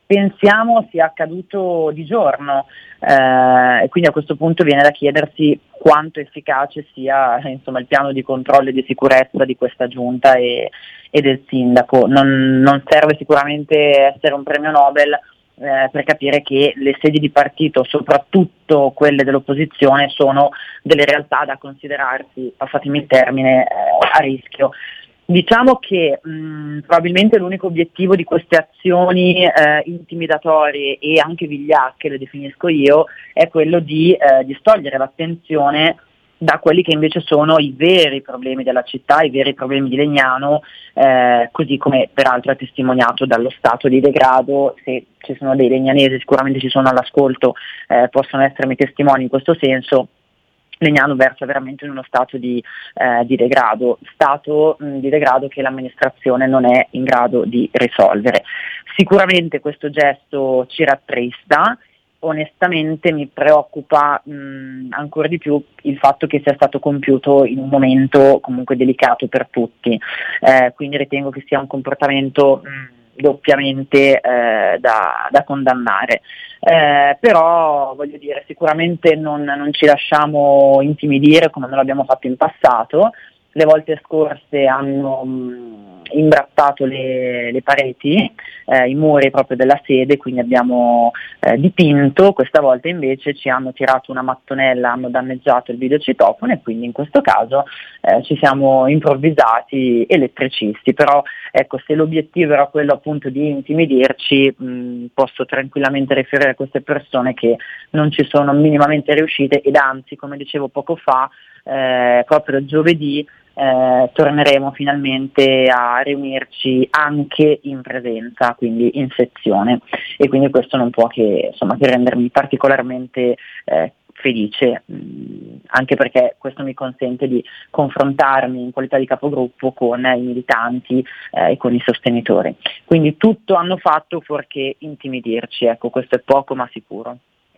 pensiamo sia accaduto di giorno, eh, e quindi a questo punto viene da chiedersi quanto efficace sia insomma il piano di controllo e di sicurezza di questa giunta e, e del sindaco. Non, non serve sicuramente essere un premio Nobel eh, per capire che le sedi di partito, soprattutto quelle dell'opposizione, sono delle realtà da considerarsi, passatemi il termine, eh, a rischio. Diciamo che mh, probabilmente l'unico obiettivo di queste azioni eh, intimidatorie e anche vigliacche, le definisco io, è quello di eh, distogliere l'attenzione da quelli che invece sono i veri problemi della città, i veri problemi di Legnano, eh, così come peraltro è testimoniato dallo stato di degrado. Se ci sono dei legnanesi, sicuramente ci sono all'ascolto, eh, possono essermi testimoni in questo senso. Legnano versa veramente in uno stato di, eh, di degrado, stato mh, di degrado che l'amministrazione non è in grado di risolvere. Sicuramente questo gesto ci rattrista, onestamente mi preoccupa mh, ancora di più il fatto che sia stato compiuto in un momento comunque delicato per tutti, eh, quindi ritengo che sia un comportamento mh, doppiamente eh, da, da condannare. Eh, però voglio dire, sicuramente non, non ci lasciamo intimidire come non l'abbiamo fatto in passato. Le volte scorse hanno mh, imbrattato le, le pareti, eh, i muri proprio della sede, quindi abbiamo eh, dipinto. Questa volta invece ci hanno tirato una mattonella, hanno danneggiato il videocitofono e quindi in questo caso eh, ci siamo improvvisati elettricisti. Però ecco, se l'obiettivo era quello appunto di intimidirci, mh, posso tranquillamente riferire a queste persone che non ci sono minimamente riuscite, ed anzi, come dicevo poco fa, eh, proprio giovedì Eh, torneremo finalmente a riunirci anche in presenza, quindi in sezione, e quindi questo non può che, insomma, che rendermi particolarmente eh, felice, mh, anche perché questo mi consente di confrontarmi in qualità di capogruppo con i militanti eh, e con i sostenitori. Quindi tutto hanno fatto fuorché intimidirci, ecco, questo è poco ma sicuro.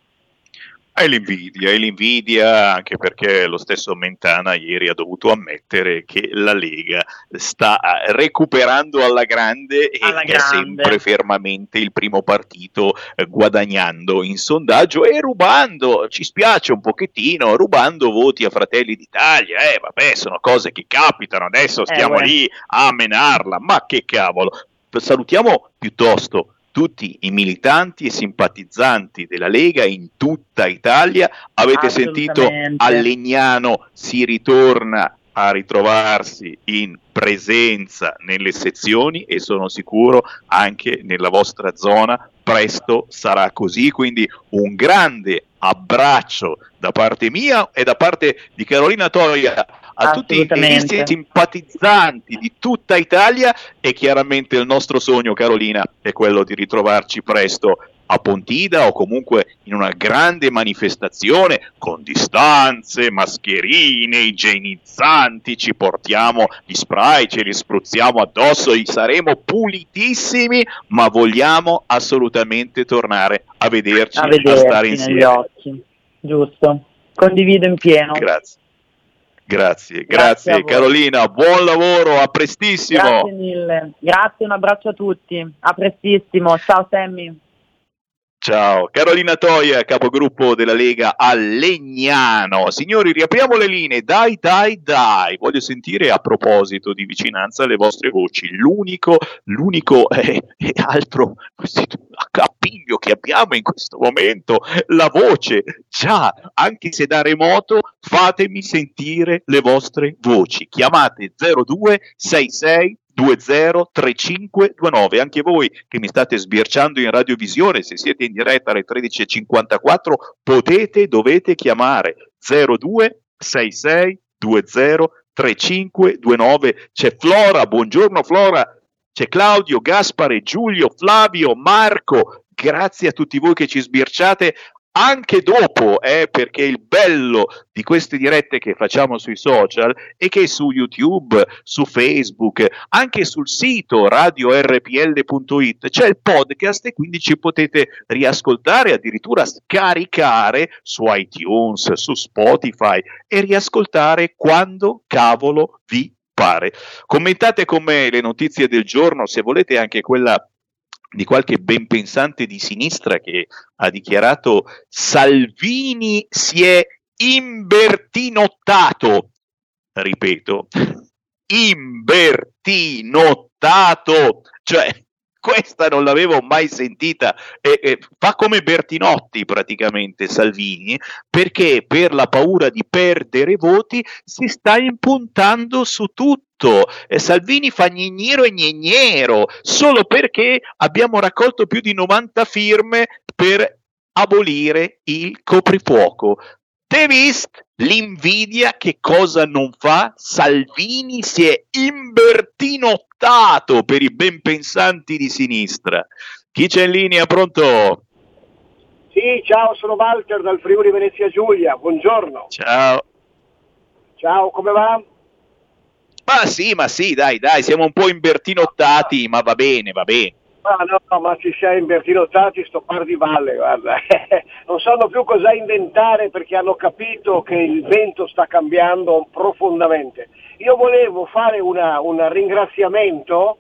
È l'invidia, è l'invidia anche perché lo stesso Mentana ieri ha dovuto ammettere che la Lega sta recuperando alla grande e alla è grande. sempre fermamente il primo partito, eh, guadagnando in sondaggio e rubando, ci spiace un pochettino, rubando voti a Fratelli d'Italia. Eh vabbè, sono cose che capitano, adesso stiamo eh, lì a menarla, ma che cavolo. Salutiamo piuttosto tutti i militanti e simpatizzanti della Lega in tutta Italia. Avete sentito, a Legnano si ritorna a ritrovarsi in presenza nelle sezioni e sono sicuro anche nella vostra zona presto sarà così, quindi un grande abbraccio da parte mia e da parte di Carolina Toia a tutti i leghisti simpatizzanti di tutta Italia, e chiaramente il nostro sogno, Carolina, è quello di ritrovarci presto a Pontida o comunque in una grande manifestazione con distanze, mascherine, igienizzanti, ci portiamo gli spray, ce li spruzziamo addosso, saremo pulitissimi, ma vogliamo assolutamente tornare a vederci, a, a stare insieme. Negli occhi. Giusto, condivido in pieno. Grazie. Grazie, grazie, grazie Carolina, buon lavoro, a prestissimo. Grazie mille, grazie, un abbraccio a tutti, a prestissimo, ciao Sammy. Ciao, Carolina Toia, capogruppo della Lega a Legnano. Signori, riapriamo le linee, dai, dai, dai. Voglio sentire, a proposito di vicinanza, le vostre voci. L'unico, l'unico eh, altro appiglio che abbiamo in questo momento, la voce. Già, anche se da remoto, fatemi sentire le vostre voci. Chiamate zero due sei sei due zero tre cinque due nove. Anche voi che mi state sbirciando in radiovisione, se siete in diretta alle tredici e cinquantaquattro, potete, dovete chiamare zero due sei sei due zero tre cinque due nove. C'è Flora, buongiorno Flora, c'è Claudio, Gaspare, Giulio, Flavio, Marco. Grazie a tutti voi che ci sbirciate anche dopo, eh, perché il bello di queste dirette che facciamo sui social è che su YouTube, su Facebook, anche sul sito radio erre pi elle punto it c'è il podcast, e quindi ci potete riascoltare, addirittura scaricare su iTunes, su Spotify, e riascoltare quando cavolo vi pare. Commentate con me le notizie del giorno, se volete anche quella di qualche benpensante di sinistra che ha dichiarato: Salvini si è imbertinottato, ripeto, imbertinottato, cioè questa non l'avevo mai sentita, e, e fa come Bertinotti praticamente Salvini, perché per la paura di perdere voti si sta impuntando su tutto. E Salvini fa gnignero e gnignero solo perché abbiamo raccolto più di novanta firme per abolire il coprifuoco. Te vist l'invidia che cosa non fa? Salvini si è imbertinottato per i benpensanti di sinistra. Chi c'è in linea? Pronto? Sì, ciao, sono Walter dal Friuli Venezia Giulia, buongiorno. Ciao. Ciao, come va? Ma sì, ma sì, dai, dai, siamo un po' imbertinottati, ma va bene, va bene. Ma no, no, ma ci si è imbertinottati sto par di valle, guarda. Non sanno più cosa inventare perché hanno capito che il vento sta cambiando profondamente. Io volevo fare una, un ringraziamento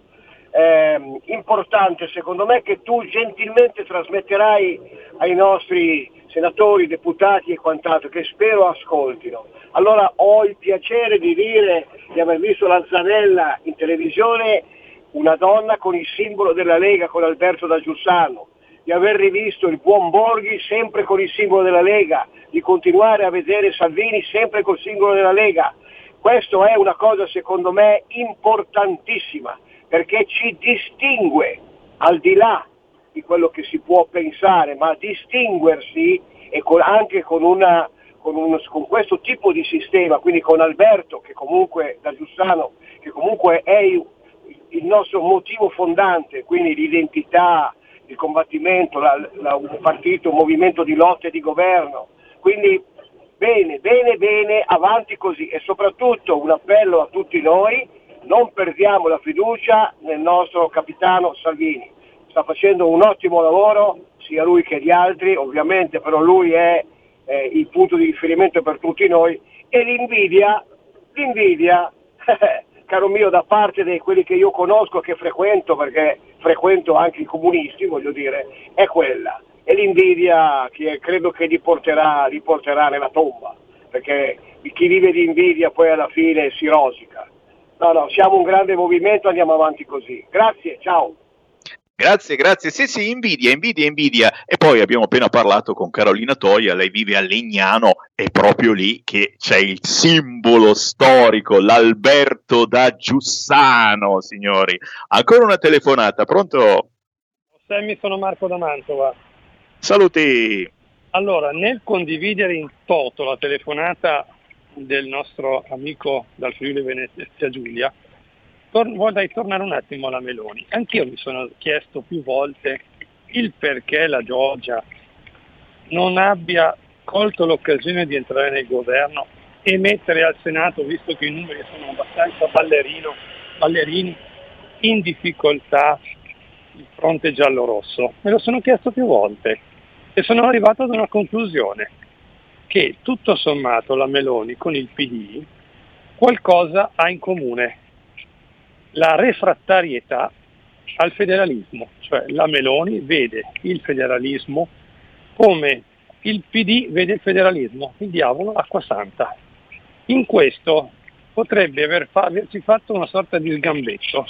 eh, importante, secondo me, che tu gentilmente trasmetterai ai nostri senatori, deputati e quant'altro, che spero ascoltino. Allora, ho il piacere di dire di aver visto la Zanella in televisione, una donna con il simbolo della Lega, con Alberto da Giussano, di aver rivisto il buon Borghi sempre con il simbolo della Lega, di continuare a vedere Salvini sempre col simbolo della Lega. Questo è una cosa secondo me importantissima, perché ci distingue, al di là di quello che si può pensare, ma distinguersi e con, anche con, una, con, un, con questo tipo di sistema, quindi con Alberto che comunque da Giussano, che comunque è il, il nostro motivo fondante, quindi l'identità, il combattimento, la, la, un partito, un movimento di lotta e di governo. Quindi bene, bene, bene, avanti così, e soprattutto un appello a tutti noi: non perdiamo la fiducia nel nostro capitano Salvini. Sta facendo un ottimo lavoro, sia lui che gli altri, ovviamente, però lui è eh, il punto di riferimento per tutti noi, e l'invidia, l'invidia, caro mio, da parte di quelli che io conosco, che frequento, perché frequento anche i comunisti, voglio dire, è quella. E l'invidia che credo che li porterà, li porterà nella tomba, perché chi vive di invidia poi alla fine si rosica. No, no, siamo un grande movimento, andiamo avanti così. Grazie, ciao. Grazie, grazie. Sì, sì, invidia, invidia, invidia. E poi abbiamo appena parlato con Carolina Toia, lei vive a Legnano, è proprio lì che c'è il simbolo storico, l'Alberto da Giussano, signori. Ancora una telefonata, pronto? Sammy, sono Marco da Mantova. Saluti. Allora, nel condividere in toto la telefonata del nostro amico dal Friuli Venezia Giulia, tor- vorrei tornare un attimo alla Meloni. Anch'io mi sono chiesto più volte il perché la Giorgia non abbia colto l'occasione di entrare nel governo e mettere al Senato, visto che i numeri sono abbastanza ballerino, ballerini, in difficoltà il fronte giallo-rosso. Me lo sono chiesto più volte e sono arrivato ad una conclusione: che tutto sommato la Meloni con il P D qualcosa ha in comune: la refrattarietà al federalismo. Cioè la Meloni vede il federalismo come il P D vede il federalismo, il diavolo acqua santa. In questo potrebbe aver fa- averci fatto una sorta di sgambetto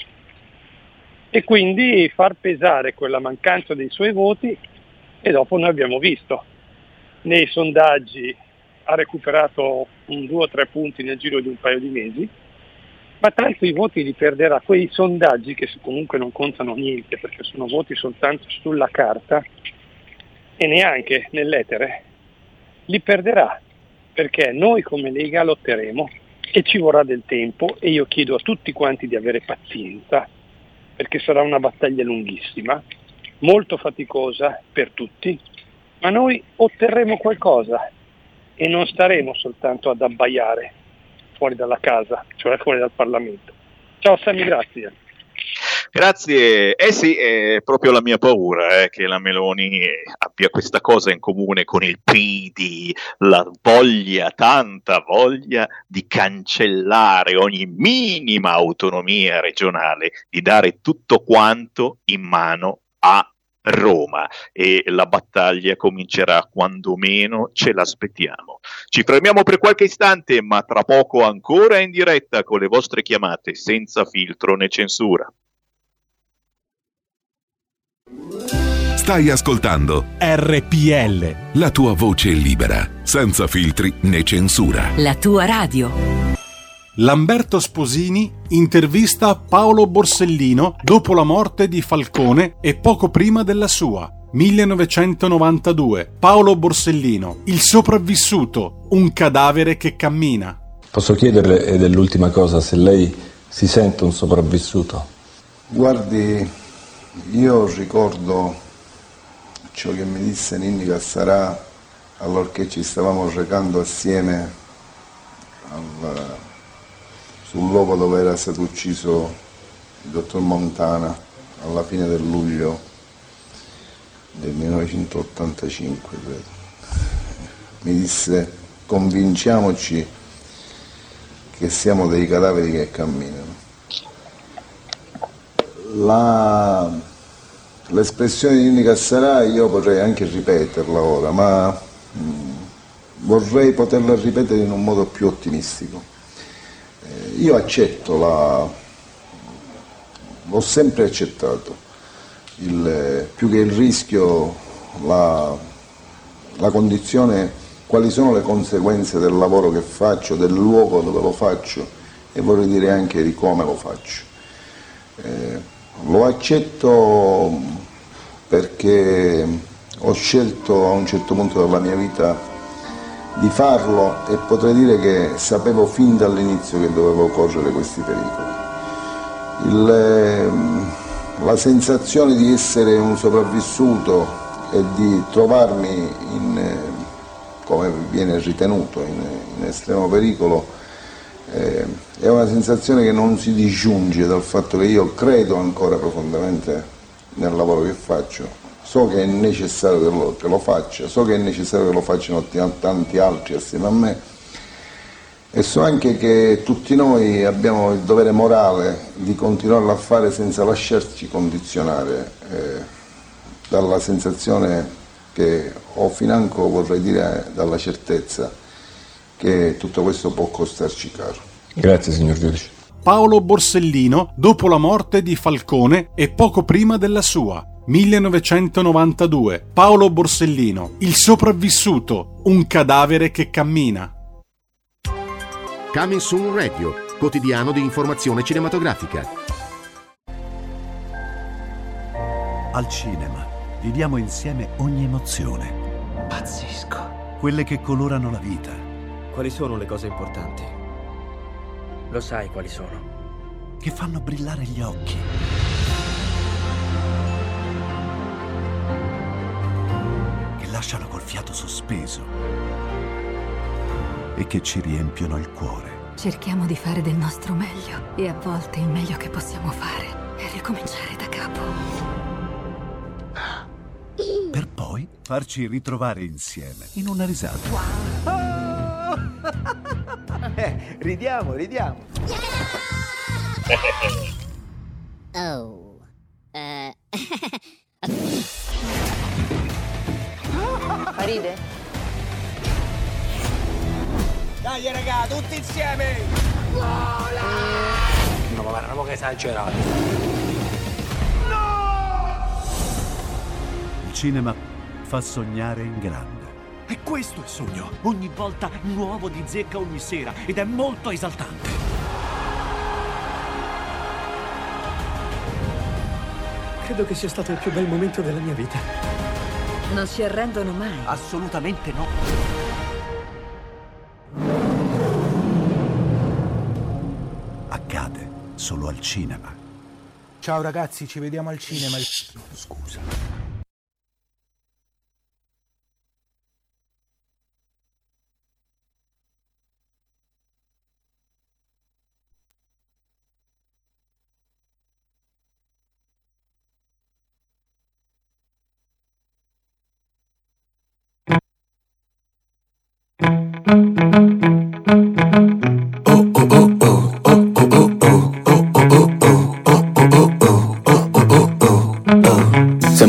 e quindi far pesare quella mancanza dei suoi voti, e dopo noi abbiamo visto nei sondaggi ha recuperato un due o tre punti nel giro di un paio di mesi, ma tanto i voti li perderà. Quei sondaggi che comunque non contano niente perché sono voti soltanto sulla carta e neanche nell'etere, li perderà, perché noi come Lega lotteremo e ci vorrà del tempo, e io chiedo a tutti quanti di avere pazienza, perché sarà una battaglia lunghissima, molto faticosa per tutti, ma noi otterremo qualcosa e non staremo soltanto ad abbaiare fuori dalla casa, cioè fuori dal Parlamento. Ciao Sammy, grazie. Grazie. Eh sì, è proprio la mia paura, eh, che la Meloni abbia questa cosa in comune con il P D, la voglia, tanta voglia di cancellare ogni minima autonomia regionale, di dare tutto quanto in mano a Roma, e la battaglia comincerà quando meno ce l'aspettiamo. Ci fermiamo per qualche istante, ma tra poco ancora in diretta con le vostre chiamate senza filtro né censura. Stai ascoltando R P L, la tua voce libera, senza filtri né censura. La tua radio. Lamberto Sposini intervista Paolo Borsellino dopo la morte di Falcone e poco prima della sua. millenovecentonovantadue. Paolo Borsellino, il sopravvissuto, un cadavere che cammina. Posso chiederle, ed è l'ultima cosa, se lei si sente un sopravvissuto? Guardi, io ricordo ciò che mi disse Ninni Cassarà allorché ci stavamo recando assieme al, sul luogo dove era stato ucciso il dottor Montana alla fine del luglio del millenovecentottantacinque, credo. Mi disse: convinciamoci che siamo dei cadaveri che camminano. La, l'espressione di Ninni Cassarà io potrei anche ripeterla ora, ma mh, vorrei poterla ripetere in un modo più ottimistico. Eh, io accetto la... l'ho sempre accettato, il, più che il rischio, la, la condizione, quali sono le conseguenze del lavoro che faccio, del luogo dove lo faccio e vorrei dire anche di come lo faccio. Eh, lo accetto perché ho scelto a un certo punto della mia vita di farlo e potrei dire che sapevo fin dall'inizio che dovevo correre questi pericoli. Il, la sensazione di essere un sopravvissuto e di trovarmi in, come viene ritenuto, in, in estremo pericolo eh, è una sensazione che non si disgiunge dal fatto che io credo ancora profondamente nel lavoro che faccio. So che è necessario che lo, che lo faccia, so che è necessario che lo facciano tanti altri assieme a me e so anche che tutti noi abbiamo il dovere morale di continuarlo a fare senza lasciarci condizionare eh, dalla sensazione che ho financo, vorrei dire, dalla certezza che tutto questo può costarci caro. Grazie, signor giudice. Paolo Borsellino dopo la morte di Falcone e poco prima della sua. millenovecentonovantadue. Paolo Borsellino, il sopravvissuto, un cadavere che cammina. Coming Soon Radio, quotidiano di informazione cinematografica. Al cinema viviamo insieme ogni emozione. Pazzesco. Quelle che colorano la vita. Quali sono le cose importanti? Lo sai quali sono? Che fanno brillare gli occhi. Che lasciano col fiato sospeso. E che ci riempiono il cuore. Cerchiamo di fare del nostro meglio e a volte il meglio che possiamo fare è ricominciare da capo. Per poi farci ritrovare insieme in una risata. Wow. eh, ridiamo, ridiamo. Oh. Uh. Ride? Dai raga, tutti insieme! Vola! No, ma guarda, che esagerato. Il cinema fa sognare in grande. E questo è il sogno. Ogni volta nuovo di zecca ogni sera ed è molto esaltante. Credo che sia stato il più bel momento della mia vita. Non si arrendono mai. Assolutamente no. Accade solo al cinema. Ciao ragazzi, ci vediamo al cinema. Scusa.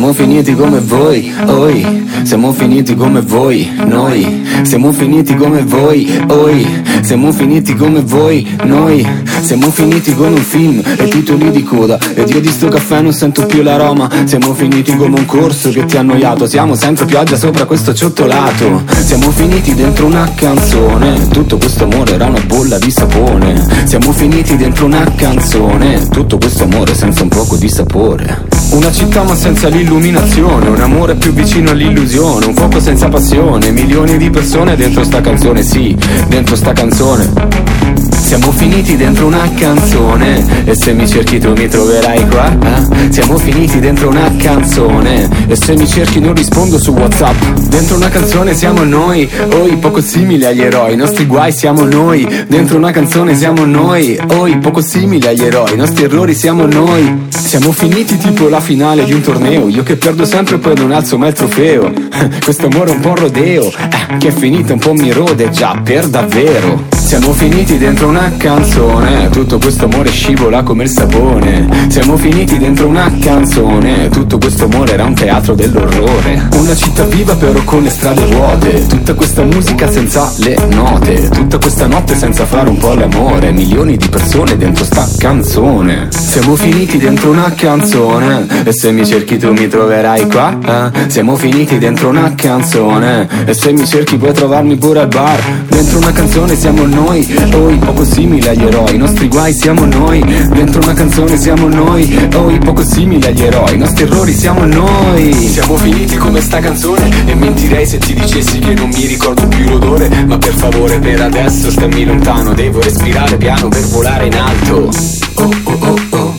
siamo finiti come voi, oi, siamo finiti come voi, noi, siamo finiti come voi, oi, siamo finiti come voi, noi, siamo finiti con un film e titoli di coda, ed io di sto caffè non sento più l'aroma, siamo finiti come un corso che ti ha annoiato, siamo senza pioggia sopra questo ciottolato, siamo finiti dentro una canzone, tutto questo amore era una bolla di sapone, siamo finiti dentro una canzone, tutto questo amore senza un poco di sapore. Una città ma senza l'illuminazione, un amore più vicino all'illusione, un fuoco senza passione, milioni di persone dentro sta canzone, sì, dentro sta canzone. Siamo finiti dentro una canzone, e se mi cerchi tu mi troverai qua, eh? Siamo finiti dentro una canzone, e se mi cerchi non rispondo su WhatsApp. Dentro una canzone siamo noi, oi, poco simili agli eroi, i nostri guai siamo noi. Dentro una canzone siamo noi, oi, poco simili agli eroi, i nostri errori siamo noi. Siamo finiti tipo la finale di un torneo, io che perdo sempre e poi non alzo mai il trofeo. Questo amore è un po' rodeo, eh, che è finito un po' mi rode già per davvero. Siamo finiti dentro una canzone, tutto questo amore scivola come il sapone. Siamo finiti dentro una canzone, tutto questo amore era un teatro dell'orrore. Una città viva però con le strade vuote, tutta questa musica senza le note, tutta questa notte senza fare un po' l'amore, milioni di persone dentro sta canzone. Siamo finiti dentro una canzone, e se mi cerchi tu mi troverai qua, eh? Siamo finiti dentro una canzone, e se mi cerchi puoi trovarmi pure al bar. Dentro una canzone siamo noi, oi, poco simili agli eroi, i nostri guai siamo noi. Dentro una canzone siamo noi, oi, poco simili agli eroi, i nostri errori siamo noi. Siamo finiti come sta canzone, e mentirei se ti dicessi che non mi ricordo più l'odore, ma per favore per adesso stammi lontano, devo respirare piano per volare in alto. Oh oh oh oh.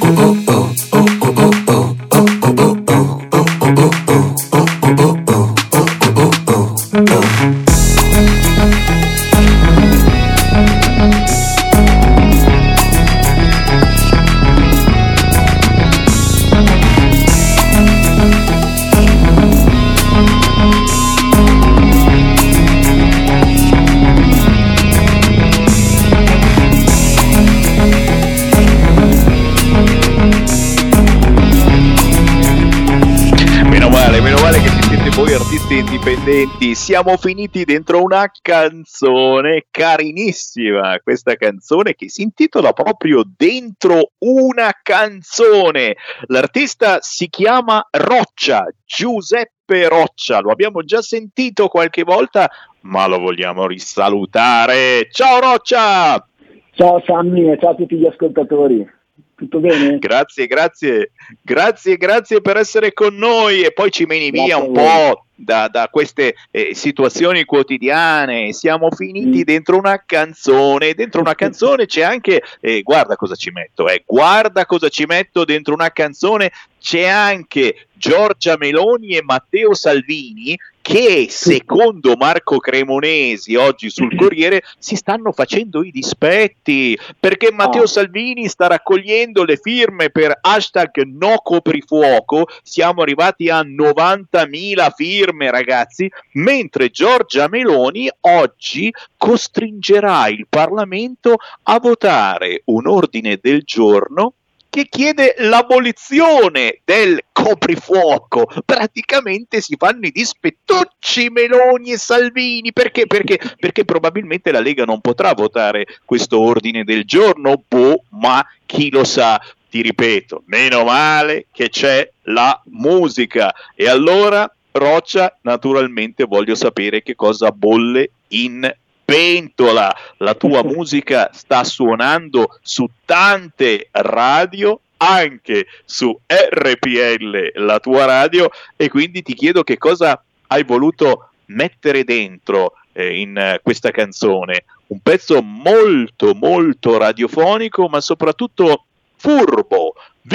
Indipendenti, siamo finiti dentro una canzone carinissima, questa canzone che si intitola proprio Dentro una canzone. L'artista si chiama Roccia, Giuseppe Roccia, lo abbiamo già sentito qualche volta, ma lo vogliamo risalutare. Ciao Roccia! Ciao Sammy e ciao a tutti gli ascoltatori. Tutto bene? Grazie, grazie, grazie, grazie per essere con noi, e poi ci meni via un po' da, da queste eh, situazioni quotidiane. Siamo finiti mm. dentro una canzone, dentro una canzone c'è anche, eh, guarda cosa ci metto, eh, guarda cosa ci metto dentro una canzone, c'è anche Giorgia Meloni e Matteo Salvini, che secondo Marco Cremonesi oggi sul Corriere si stanno facendo i dispetti, perché Matteo oh. Salvini sta raccogliendo le firme per hashtag no coprifuoco, siamo arrivati a novantamila firme ragazzi, mentre Giorgia Meloni oggi costringerà il Parlamento a votare un ordine del giorno che chiede l'abolizione del coprifuoco. Praticamente si fanno i dispettucci Meloni e Salvini. Perché? Perché? Perché probabilmente la Lega non potrà votare questo ordine del giorno, boh, ma chi lo sa. Ti ripeto, meno male che c'è la musica. E allora, Roccia, naturalmente voglio sapere che cosa bolle in pentola. La tua musica sta suonando su tante radio, anche su R P L, la tua radio, e quindi ti chiedo che cosa hai voluto mettere dentro eh, in uh, questa canzone. Un pezzo molto molto radiofonico, ma soprattutto furbo,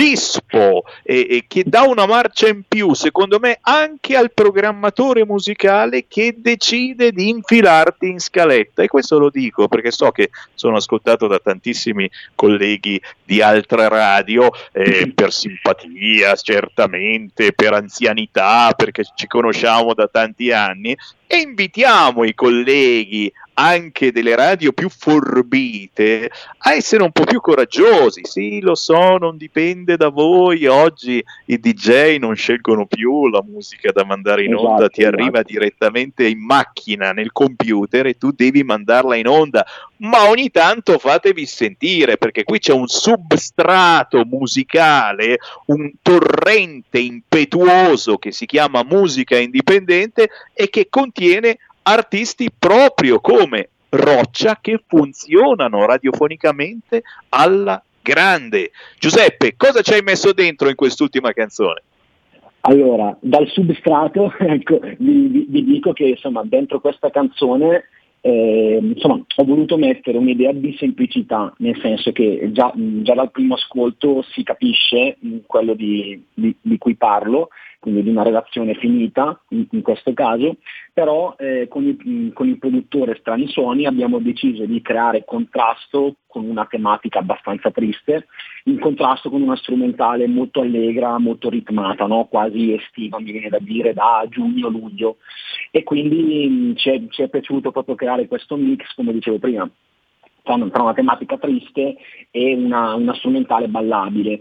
vispo, e, e che dà una marcia in più, secondo me, anche al programmatore musicale che decide di infilarti in scaletta. E questo lo dico perché so che sono ascoltato da tantissimi colleghi di altre radio, eh, per simpatia certamente, per anzianità, perché ci conosciamo da tanti anni, e invitiamo i colleghi anche delle radio più forbite a essere un po' più coraggiosi. Sì, lo so, non dipende da voi, oggi i D J non scelgono più la musica da mandare in onda, Esatto, ti arriva esatto. direttamente in macchina, nel computer, e tu devi mandarla in onda, ma ogni tanto fatevi sentire, perché qui c'è un substrato musicale, un torrente impetuoso che si chiama musica indipendente e che contiene artisti proprio come Roccia che funzionano radiofonicamente alla grande. Giuseppe, cosa ci hai messo dentro in quest'ultima canzone? Allora, dal substrato, ecco, vi, vi- vi dico che insomma dentro questa canzone eh, insomma, ho voluto mettere un'idea di semplicità, nel senso che già, già dal primo ascolto si capisce mh, quello di, di- di cui parlo, quindi di una relazione finita in, in questo caso, però eh, con, il, mh, con il produttore Strani Suoni abbiamo deciso di creare contrasto con una tematica abbastanza triste, in contrasto con una strumentale molto allegra, molto ritmata, no? Quasi estiva, mi viene da dire, da giugno-luglio, e quindi mh, ci, è, ci è piaciuto proprio creare questo mix, come dicevo prima, tra una, tra una tematica triste e una, una strumentale ballabile,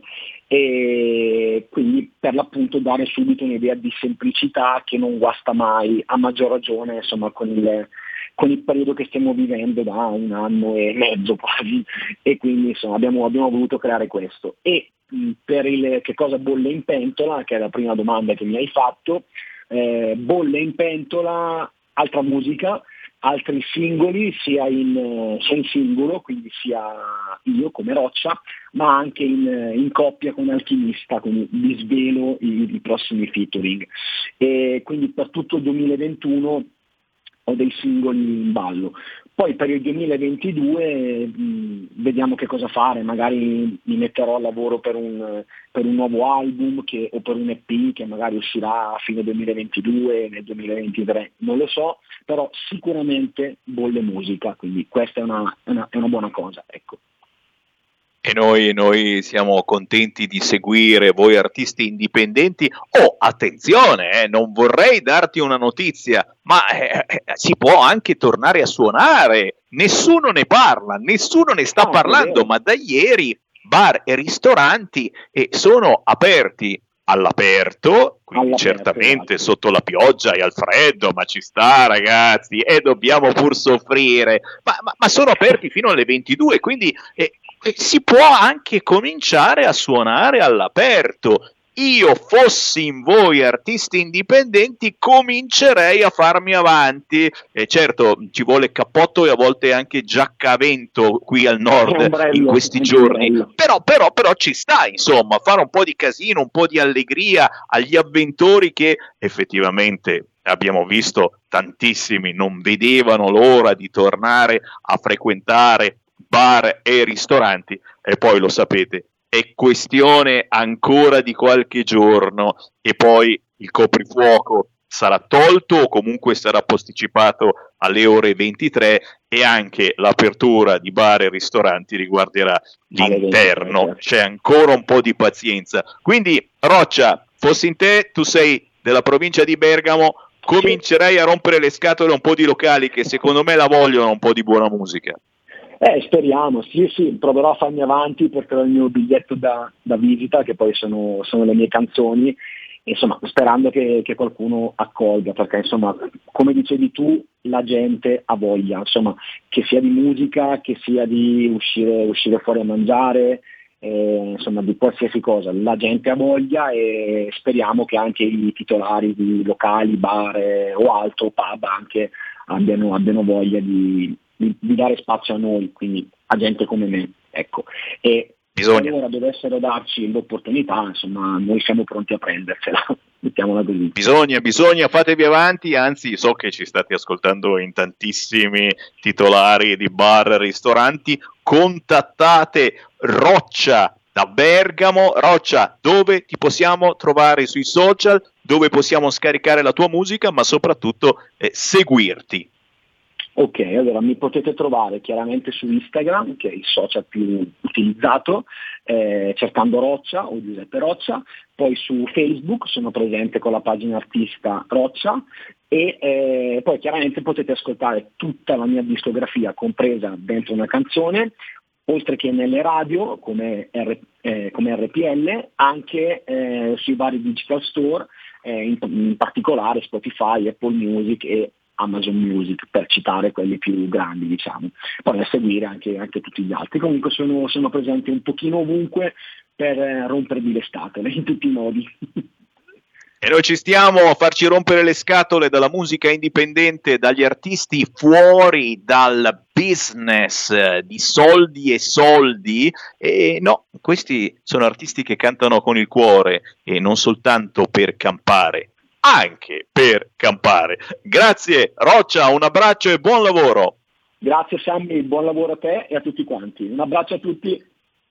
e quindi per l'appunto dare subito un'idea di semplicità che non guasta mai, a maggior ragione insomma con il, con il periodo che stiamo vivendo da un anno e mezzo quasi, e quindi insomma abbiamo, abbiamo voluto creare questo. E mh, per il che cosa bolle in pentola, che è la prima domanda che mi hai fatto, eh, bolle in pentola altra musica, altri singoli, sia in, eh, sia in singolo, quindi sia io come Roccia, ma anche in, eh, in coppia con Alchimista, quindi vi svelo i, i prossimi featuring. E quindi per tutto il duemilaventuno ho dei singoli in ballo. Poi per il duemilaventidue mh, vediamo che cosa fare, magari mi metterò al lavoro per un, per un nuovo album che, o per un E P che magari uscirà a fine duemilaventidue, nel duemilaventitré, non lo so, però sicuramente bolle musica, quindi questa è una, è una, è una buona cosa, ecco. E noi, noi siamo contenti di seguire voi artisti indipendenti. Oh, attenzione, eh, non vorrei darti una notizia, ma eh, eh, si può anche tornare a suonare. Nessuno ne parla, nessuno ne sta No, è parlando, vero. ma da ieri bar e ristoranti eh, sono aperti all'aperto, quindi All'aperto, certamente esatto. sotto la pioggia e al freddo, ma ci sta ragazzi, e dobbiamo pur soffrire, ma, ma- ma sono aperti fino alle ventidue, quindi eh, eh, si può anche cominciare a suonare all'aperto. Io fossi in voi artisti indipendenti comincerei a farmi avanti, e certo ci vuole cappotto e a volte anche giacca a vento qui al nord È ombrello, in questi è giorni, ombrello. però, però, però ci sta insomma fare un po' di casino, un po' di allegria agli avventori che effettivamente abbiamo visto tantissimi non vedevano l'ora di tornare a frequentare bar e ristoranti, e poi lo sapete, è questione ancora di qualche giorno e poi il coprifuoco sarà tolto o comunque sarà posticipato alle ore ventitré, e anche l'apertura di bar e ristoranti riguarderà l'interno. C'è ancora un po' di pazienza. Quindi Roccia, fossi in te, tu sei della provincia di Bergamo, comincerei a rompere le scatole a un po' di locali che secondo me la vogliono un po' di buona musica. Eh, speriamo, sì, sì, proverò a farmi avanti, porterò il mio biglietto da, da visita, che poi sono, sono le mie canzoni, insomma, sperando che, che qualcuno accolga, perché insomma, come dicevi tu, la gente ha voglia, insomma, che sia di musica, che sia di uscire, uscire fuori a mangiare, eh, insomma, di qualsiasi cosa, la gente ha voglia, e speriamo che anche i titolari di locali, bar eh, o altro, pub anche, abbiano, abbiano voglia di Di, di dare spazio a noi, quindi a gente come me, ecco. E Bisogna. se ora dovessero darci l'opportunità, insomma, noi siamo pronti a prendercela, mettiamola così. Bisogna, bisogna, fatevi avanti, anzi so che ci state ascoltando in tantissimi titolari di bar, ristoranti, contattate Roccia da Bergamo. Roccia, dove ti possiamo trovare sui social, dove possiamo scaricare la tua musica, ma soprattutto eh, seguirti? Ok, allora mi potete trovare chiaramente su Instagram, che è il social più utilizzato, eh, cercando Roccia o Giuseppe Roccia, poi su Facebook sono presente con la pagina artista Roccia e eh, poi chiaramente potete ascoltare tutta la mia discografia compresa dentro una canzone, oltre che nelle radio come, R, eh, come R P L, anche eh, sui vari digital store, eh, in, in particolare Spotify, Apple Music e Amazon Music, per citare quelli più grandi, diciamo. Poi a seguire anche, anche tutti gli altri. Comunque sono, sono presenti un pochino ovunque per eh, rompervi le scatole in tutti i modi. E noi ci stiamo a farci rompere le scatole dalla musica indipendente, dagli artisti fuori dal business di soldi e soldi, e no, questi sono artisti che cantano con il cuore e non soltanto per campare, anche per campare. Grazie Roccia, un abbraccio e buon lavoro. Grazie Sammy, buon lavoro a te e a tutti quanti. Un abbraccio a tutti.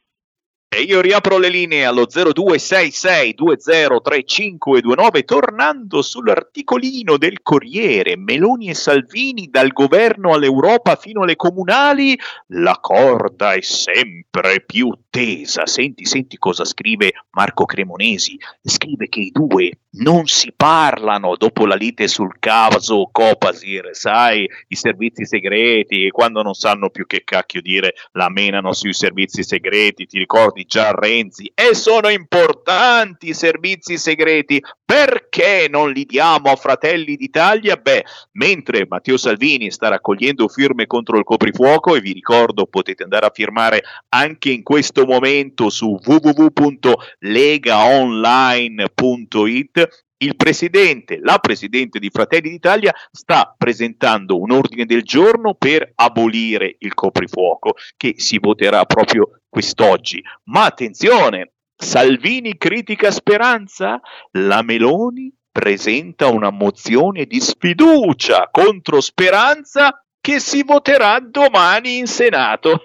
E io riapro le linee allo zero due sei sei due zero tre cinque due nove, tornando sull'articolino del Corriere: Meloni e Salvini dal governo all'Europa fino alle comunali, la corda è sempre più tesa. Senti, senti cosa scrive Marco Cremonesi. Scrive che i due non si parlano dopo la lite sul caso Copasir, sai, i servizi segreti, quando non sanno più che cacchio dire la menano sui servizi segreti, ti ricordi già Renzi? E sono importanti i servizi segreti, perché non li diamo a Fratelli d'Italia? Beh, mentre Matteo Salvini sta raccogliendo firme contro il coprifuoco, e vi ricordo potete andare a firmare anche in questo momento su w w w punto legaonline punto it, il presidente, la presidente di Fratelli d'Italia sta presentando un ordine del giorno per abolire il coprifuoco, che si voterà proprio quest'oggi. Ma attenzione, Salvini critica Speranza, la Meloni presenta una mozione di sfiducia contro Speranza che si voterà domani in Senato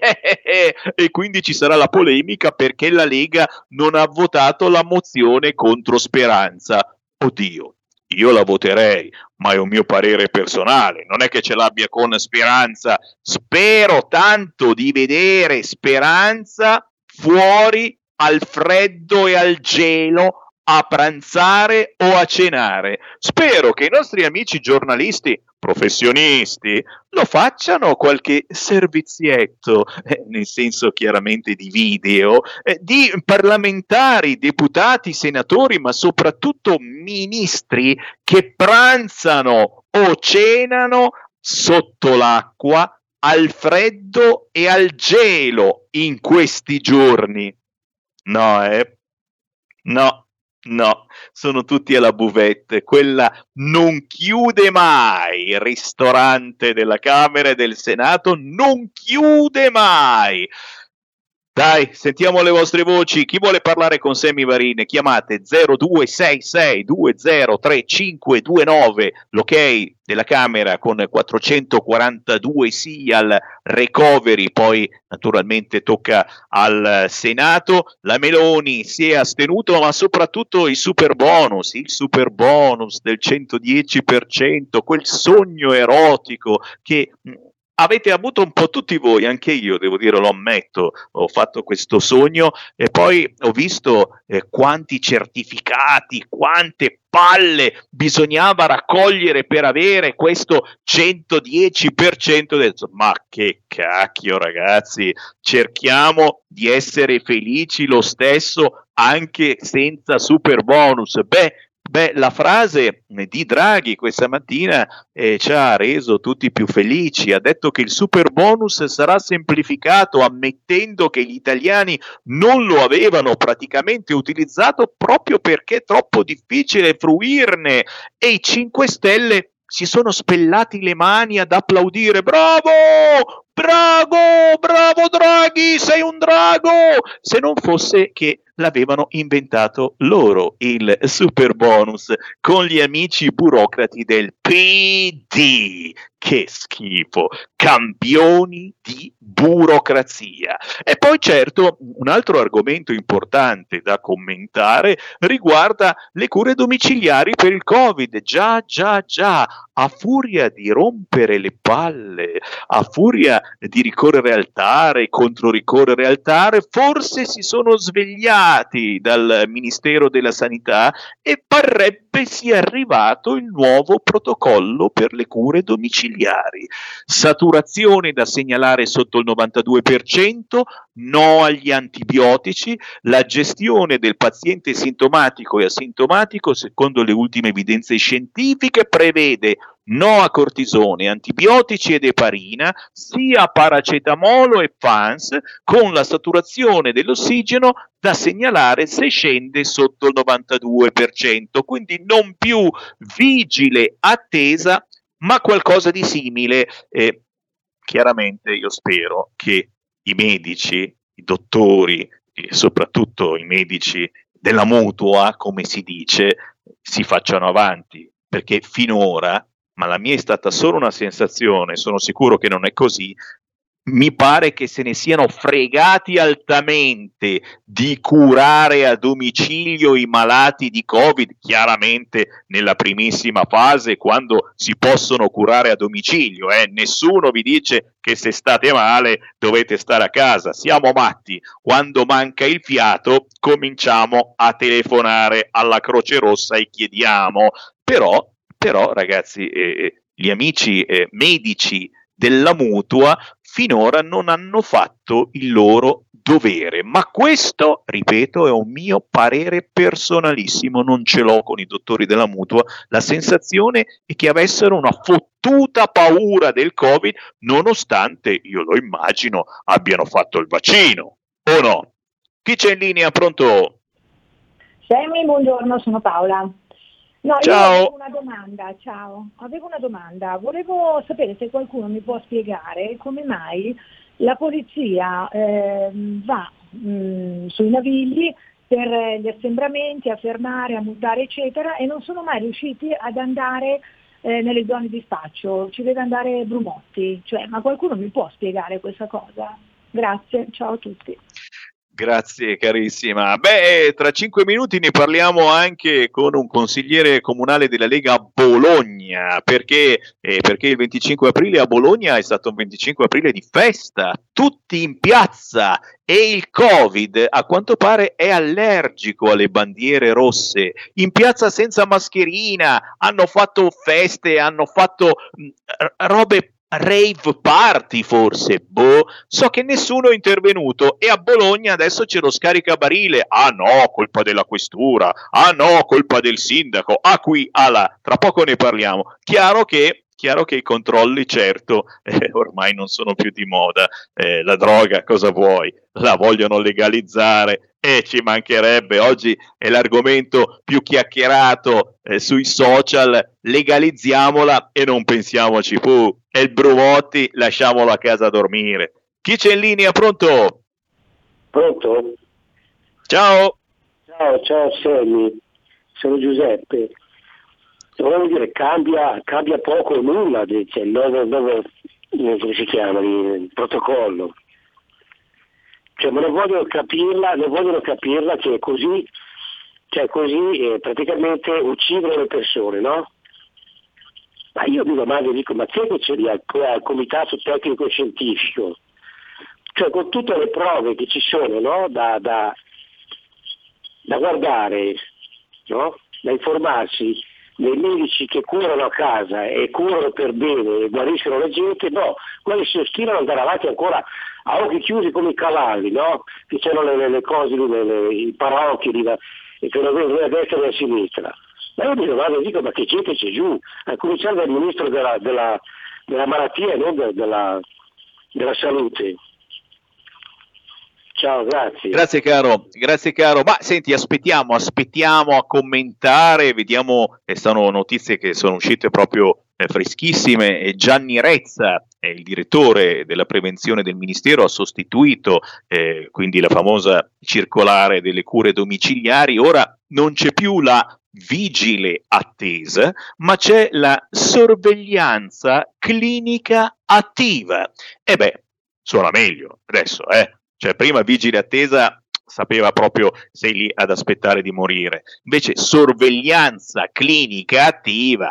e quindi ci sarà la polemica perché la Lega non ha votato la mozione contro Speranza. Oddio, io la voterei, ma è un mio parere personale, non è che ce l'abbia con Speranza. Spero tanto di vedere Speranza fuori al freddo e al gelo a pranzare o a cenare. Spero che i nostri amici giornalisti professionisti lo facciano qualche servizietto, eh, nel senso chiaramente di video, eh, di parlamentari, deputati, senatori, ma soprattutto ministri che pranzano o cenano sotto l'acqua, al freddo e al gelo in questi giorni. No, eh? No. No, sono tutti alla buvette, quella non chiude mai, il ristorante della Camera e del Senato non chiude mai. Dai, sentiamo le vostre voci. Chi vuole parlare con Sammy Varin? Chiamate zero due sei sei due zero tre cinque due nove, l'ok della Camera con quattrocentoquarantadue sì al recovery, poi naturalmente tocca al Senato. La Meloni si è astenuto, ma soprattutto il super bonus, il super bonus del centodieci per cento, quel sogno erotico che avete avuto un po' tutti voi, anche io devo dire, lo ammetto, ho fatto questo sogno e poi ho visto eh, quanti certificati, quante palle bisognava raccogliere per avere questo centodieci per cento. Detto, ma che cacchio ragazzi, cerchiamo di essere felici lo stesso anche senza super bonus. Beh, Beh, la frase di Draghi questa mattina eh, ci ha reso tutti più felici. Ha detto che il super bonus sarà semplificato, ammettendo che gli italiani non lo avevano praticamente utilizzato proprio perché è troppo difficile fruirne, e i cinque Stelle si sono spellati le mani ad applaudire. Bravo! Bravo! Bravo Draghi! Sei un drago! Se non fosse che l'avevano inventato loro, il super bonus, con gli amici burocrati del P D. Che schifo, campioni di burocrazia. E poi certo un altro argomento importante da commentare riguarda le cure domiciliari per il Covid. Già, già, già, a furia di rompere le palle, a furia di ricorrere al TARE, contro ricorrere al TARE, forse si sono svegliati dal Ministero della Sanità e parrebbe sia arrivato il nuovo protocollo per le cure domiciliari. Saturazione da segnalare sotto il novantadue per cento, no agli antibiotici, la gestione del paziente sintomatico e asintomatico, secondo le ultime evidenze scientifiche, prevede no a cortisone, antibiotici ed eparina, sia paracetamolo e F A N S, con la saturazione dell'ossigeno da segnalare se scende sotto il novantadue per cento, quindi non più vigile attesa, ma qualcosa di simile. Eh, chiaramente io spero che i medici, i dottori e soprattutto i medici della mutua, come si dice, si facciano avanti, perché finora, ma la mia è stata solo una sensazione, sono sicuro che non è così, mi pare che se ne siano fregati altamente di curare a domicilio i malati di Covid, chiaramente nella primissima fase, quando si possono curare a domicilio, eh. Nessuno vi dice che se state male dovete stare a casa, siamo matti. Quando manca il fiato cominciamo a telefonare alla Croce Rossa e chiediamo, però, però ragazzi, eh, gli amici eh, medici della mutua finora non hanno fatto il loro dovere, ma questo, ripeto, è un mio parere personalissimo, non ce l'ho con i dottori della mutua, la sensazione è che avessero una fottuta paura del Covid, nonostante, io lo immagino, abbiano fatto il vaccino, o no? Chi c'è in linea? Pronto? Sammy, buongiorno, sono Paola. No, ciao. Io avevo una domanda, ciao, avevo una domanda, volevo sapere se qualcuno mi può spiegare come mai la polizia eh, va mh, sui Navigli per gli assembramenti, a fermare, a multare eccetera e non sono mai riusciti ad andare eh, nelle zone di spaccio, ci deve andare Brumotti, cioè, ma qualcuno mi può spiegare questa cosa? Grazie, ciao a tutti. Grazie carissima. Beh, tra cinque minuti ne parliamo anche con un consigliere comunale della Lega a Bologna, perché, eh, perché il venticinque aprile a Bologna è stato un venticinque aprile di festa, tutti in piazza, e il Covid a quanto pare è allergico alle bandiere rosse. In piazza senza mascherina, hanno fatto feste, hanno fatto mh, robe rave party forse, boh, so che nessuno è intervenuto e a Bologna adesso c'è lo scaricabarile, ah no, colpa della questura, ah no, colpa del sindaco, ah qui, ah là, tra poco ne parliamo. Chiaro che Chiaro che i controlli, certo, eh, ormai non sono più di moda, eh, la droga cosa vuoi? La vogliono legalizzare e eh, ci mancherebbe, oggi è l'argomento più chiacchierato eh, sui social, legalizziamola e non pensiamoci più, e il Brumotti lasciamolo a casa a dormire. Chi c'è in linea? Pronto? Pronto? Ciao. Ciao, ciao Sammy, sono Giuseppe. Volevo dire, cambia, cambia poco o nulla, cioè il nuovo, nuovo, come si chiama, il protocollo. Cioè, ma non vogliono capirla, non vogliono capirla che così, cioè così eh, praticamente uccidono le persone, no? Ma io mi domando, dico, ma che c'è lì al, al comitato tecnico scientifico? Cioè con tutte le prove che ci sono, no? Da, da, da guardare, no? Da informarsi, dei medici che curano a casa e curano per bene e guariscono la gente, no, quelli si ostinano ad andare avanti ancora a occhi chiusi come i cavalli, no? Che c'erano le, le, le cose, le, le, i paraocchi lì, e che lo vedono a destra e a sinistra. Ma io mi domando, dico, ma che gente c'è giù? A cominciare dal ministro della, della, della malattia e non de, della, della salute. Ciao, grazie. Grazie caro, grazie caro. Ma senti, aspettiamo, aspettiamo a commentare, vediamo, eh, sono notizie che sono uscite proprio eh, freschissime. E Gianni Rezza, eh, il direttore della prevenzione del Ministero, ha sostituito eh, quindi la famosa circolare delle cure domiciliari. Ora non c'è più la vigile attesa, ma c'è la sorveglianza clinica attiva. E beh, suona meglio adesso, eh. Cioè prima vigile attesa sapeva proprio sei lì ad aspettare di morire, invece sorveglianza clinica attiva,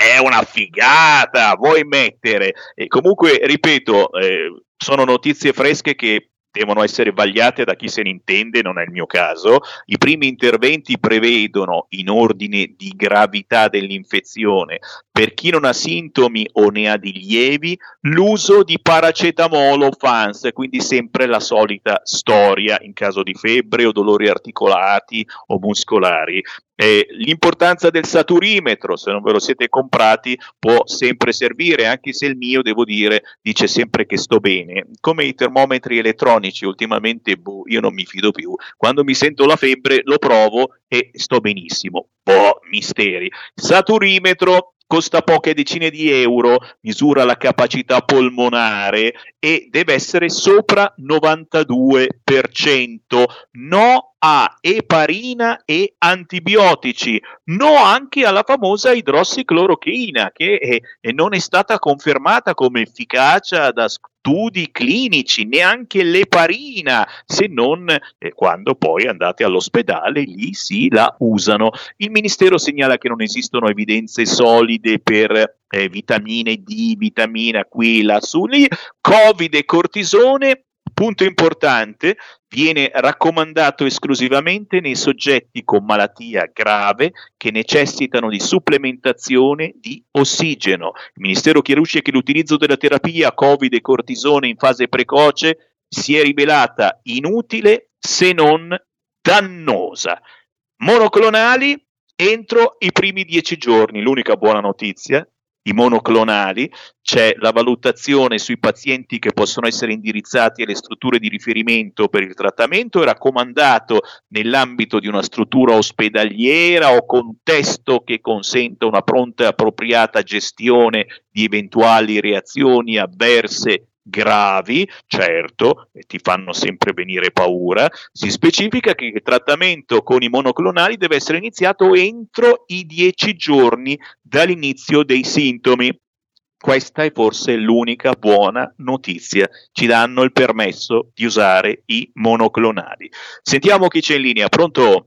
è una figata, vuoi mettere? E comunque, ripeto, eh, sono notizie fresche che devono essere vagliate da chi se ne intende, non è il mio caso. I primi interventi prevedono, in ordine di gravità dell'infezione, per chi non ha sintomi o ne ha di lievi, l'uso di paracetamolo o Fans, quindi sempre la solita storia in caso di febbre o dolori articolati o muscolari. Eh, l'importanza del saturimetro, se non ve lo siete comprati, può sempre servire, anche se il mio, devo dire, dice sempre che sto bene. Come i termometri elettronici, ultimamente boh, io non mi fido più. Quando mi sento la febbre lo provo e sto benissimo. Boh, misteri. Saturimetro costa poche decine di euro, misura la capacità polmonare e deve essere sopra novantadue per cento. No a eparina e antibiotici, no anche alla famosa idrossiclorochina, che è, è non è stata confermata come efficacia da studi clinici, neanche l'eparina, se non eh, quando poi andate all'ospedale, lì sì la usano. Il Ministero segnala che non esistono evidenze solide per eh, vitamine D, vitamina qui, là, su, lì, Covid e cortisone. Punto importante, viene raccomandato esclusivamente nei soggetti con malattia grave che necessitano di supplementazione di ossigeno. Il Ministero chiarisce che l'utilizzo della terapia Covid e cortisone in fase precoce si è rivelata inutile se non dannosa. Monoclonali entro i primi dieci giorni, l'unica buona notizia. I monoclonali, c'è la valutazione sui pazienti che possono essere indirizzati alle strutture di riferimento per il trattamento, è raccomandato nell'ambito di una struttura ospedaliera o contesto che consenta una pronta e appropriata gestione di eventuali reazioni avverse gravi, certo, e ti fanno sempre venire paura. Si specifica che il trattamento con i monoclonali deve essere iniziato entro i dieci giorni dall'inizio dei sintomi. Questa è forse l'unica buona notizia. Ci danno il permesso di usare i monoclonali. Sentiamo chi c'è in linea. Pronto?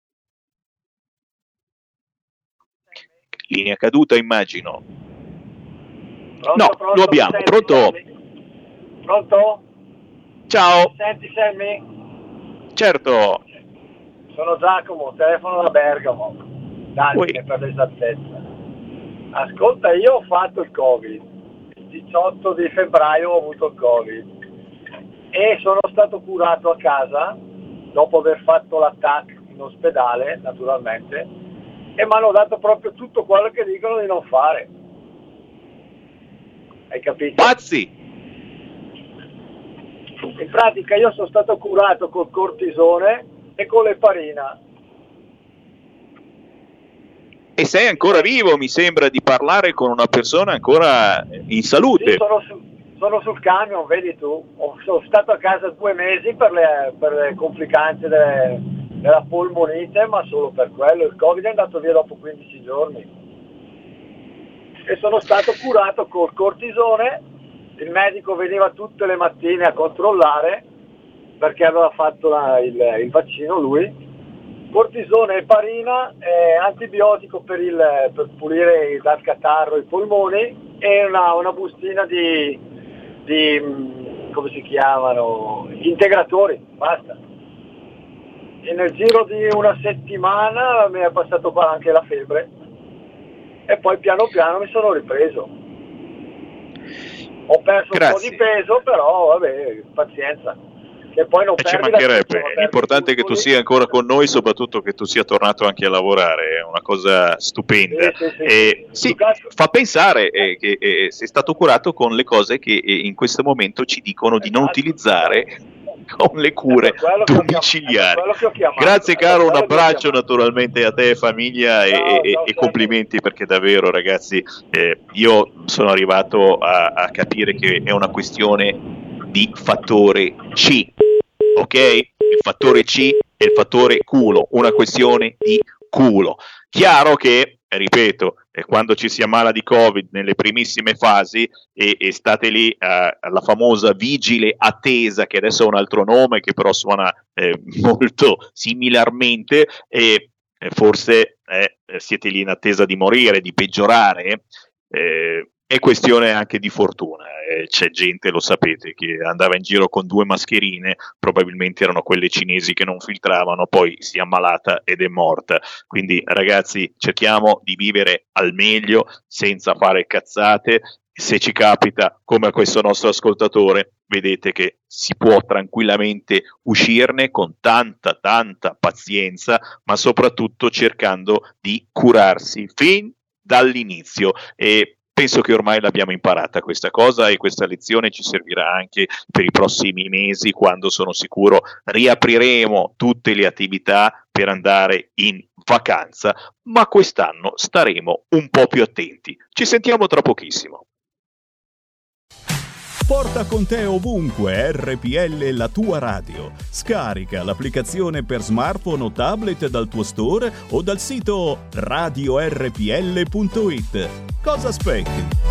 Linea caduta, immagino. Pronto, no, pronto, lo abbiamo. senti, Pronto? Sammy? Pronto? Ciao. Senti Sammy? Certo. Sono Giacomo, telefono da Bergamo. Dai, per l'esattezza. Ascolta, io ho fatto il Covid. Il diciotto di febbraio ho avuto il Covid. E sono stato curato a casa, dopo aver fatto l'attacco in ospedale, naturalmente, e mi hanno dato proprio tutto quello che dicono di non fare. Hai capito? Pazzi! In pratica io sono stato curato col cortisone e con l'eparina. E sei ancora vivo, mi sembra di parlare con una persona ancora in salute. Sì, sono, su, sono sul camion, vedi tu. Ho, sono stato a casa due mesi per le, per le complicanze delle, della polmonite, ma solo per quello. Il Covid è andato via dopo quindici giorni. E sono stato curato col cortisone. Il medico veniva tutte le mattine a controllare perché aveva fatto la, il, il vaccino lui. Cortisone, eparina, eh, antibiotico per, il, per pulire dal catarro i polmoni e una, una bustina di, di, come si chiamano, integratori, basta. E nel giro di una settimana mi è passato qua anche la febbre e poi piano piano mi sono ripreso. Ho perso Grazie. un po' di peso, però vabbè, pazienza. Che poi non E ci perdi la mancherebbe, tutto, l'importante è che tu sia ancora con noi, soprattutto che tu sia tornato anche a lavorare, è una cosa stupenda. Sì, sì, sì. E, sì, fa pensare eh, che eh, sei stato curato con le cose che eh, in questo momento ci dicono di non utilizzare con le cure domiciliari. Grazie caro, un abbraccio naturalmente a te e famiglia e, e, e complimenti, perché davvero ragazzi eh, io sono arrivato a, a capire che è una questione di fattore C, ok? Il fattore C è il fattore culo, una questione di culo. Chiaro che, ripeto, eh, quando ci si ammala di Covid nelle primissime fasi e, e state lì eh, alla famosa vigile attesa, che adesso ha un altro nome che però suona eh, molto similarmente, eh, eh, forse eh, siete lì in attesa di morire, di peggiorare, eh, è questione anche di fortuna. Eh, c'è gente, lo sapete, che andava in giro con due mascherine, probabilmente erano quelle cinesi che non filtravano, poi si è ammalata ed è morta. Quindi ragazzi, cerchiamo di vivere al meglio senza fare cazzate. Se ci capita, come a questo nostro ascoltatore, vedete che si può tranquillamente uscirne con tanta tanta pazienza, ma soprattutto cercando di curarsi fin dall'inizio. E penso che ormai l'abbiamo imparata questa cosa, e questa lezione ci servirà anche per i prossimi mesi, quando sono sicuro riapriremo tutte le attività per andare in vacanza, ma quest'anno staremo un po' più attenti. Ci sentiamo tra pochissimo. Porta con te ovunque R P L, la tua radio. Scarica l'applicazione per smartphone o tablet dal tuo store o dal sito radio r p l punto i t. Cosa aspetti?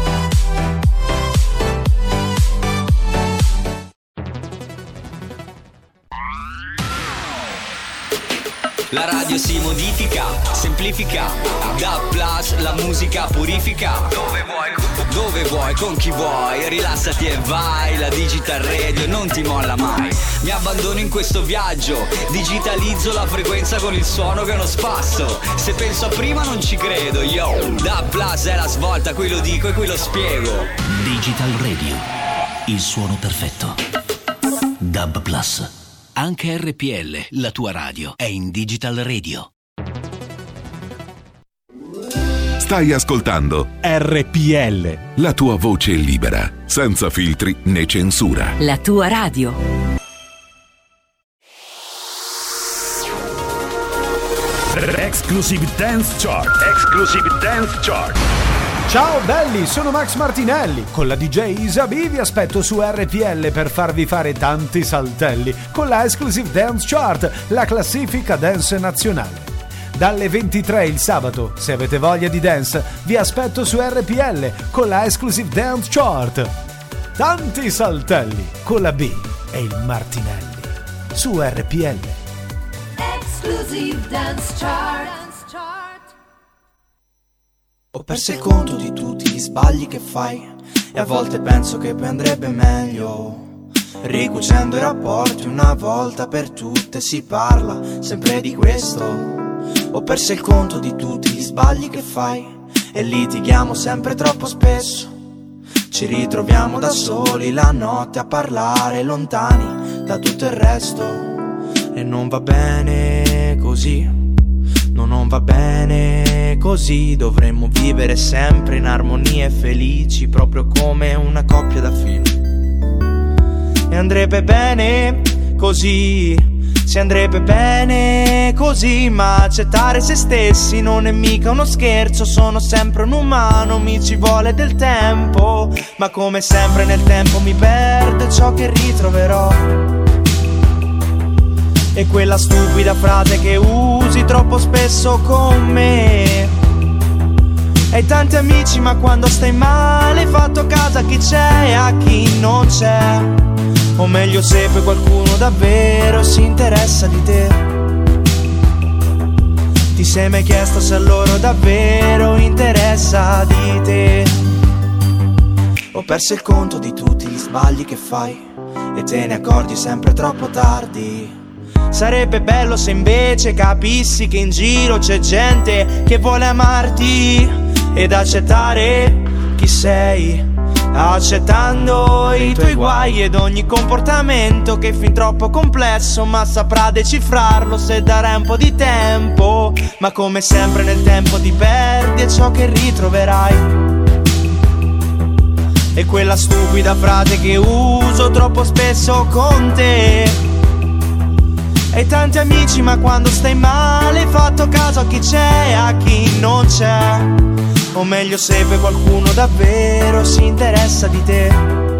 La radio si modifica, semplifica, da plus la musica purifica. Dove vuoi, dove vuoi, con chi vuoi, rilassati e vai. La Digital Radio non ti molla mai. Mi abbandono in questo viaggio, digitalizzo la frequenza con il suono che è uno spasso. Se penso a prima non ci credo, yo. Da plus è la svolta, qui lo dico e qui lo spiego. Digital Radio, il suono perfetto. Dub Plus. Anche R P L, la tua radio, è in Digital Radio. Stai ascoltando R P L, la tua voce libera, senza filtri né censura. La tua radio. Exclusive Dance Chart. Exclusive Dance Chart. Ciao belli, sono Max Martinelli. Con la D J Isabi vi aspetto su R P L per farvi fare tanti saltelli con la Exclusive Dance Chart, la classifica dance nazionale. Dalle ventitré il sabato, se avete voglia di dance, vi aspetto su R P L con la Exclusive Dance Chart. Tanti saltelli con la B e il Martinelli su R P L. Exclusive Dance Chart. Ho perso il conto di tutti gli sbagli che fai e a volte penso che poi andrebbe meglio. Ricucendo i rapporti una volta per tutte si parla sempre di questo. Ho perso il conto di tutti gli sbagli che fai e litighiamo sempre troppo spesso. Ci ritroviamo da soli la notte a parlare lontani da tutto il resto. E non va bene così. No, non va bene così, dovremmo vivere sempre in armonia e felici, proprio come una coppia da film. E andrebbe bene così, si andrebbe bene così, ma accettare se stessi non è mica uno scherzo, sono sempre un umano, mi ci vuole del tempo, ma come sempre nel tempo mi perdo ciò che ritroverò. E quella stupida frase che usi troppo spesso con me. Hai tanti amici ma quando stai male hai fatto caso a chi c'è e a chi non c'è. O meglio se poi qualcuno davvero si interessa di te. Ti sei mai chiesto se a loro davvero interessa di te? Ho perso il conto di tutti gli sbagli che fai e te ne accorgi sempre troppo tardi. Sarebbe bello se invece capissi che in giro c'è gente che vuole amarti ed accettare chi sei, accettando i tuoi guai ed ogni comportamento che è fin troppo complesso, ma saprà decifrarlo se darai un po' di tempo. Ma come sempre nel tempo ti perdi e ciò che ritroverai è quella stupida frase che uso troppo spesso con te. Hai tanti amici ma quando stai male hai fatto caso a chi c'è e a chi non c'è. O meglio se poi qualcuno davvero si interessa di te.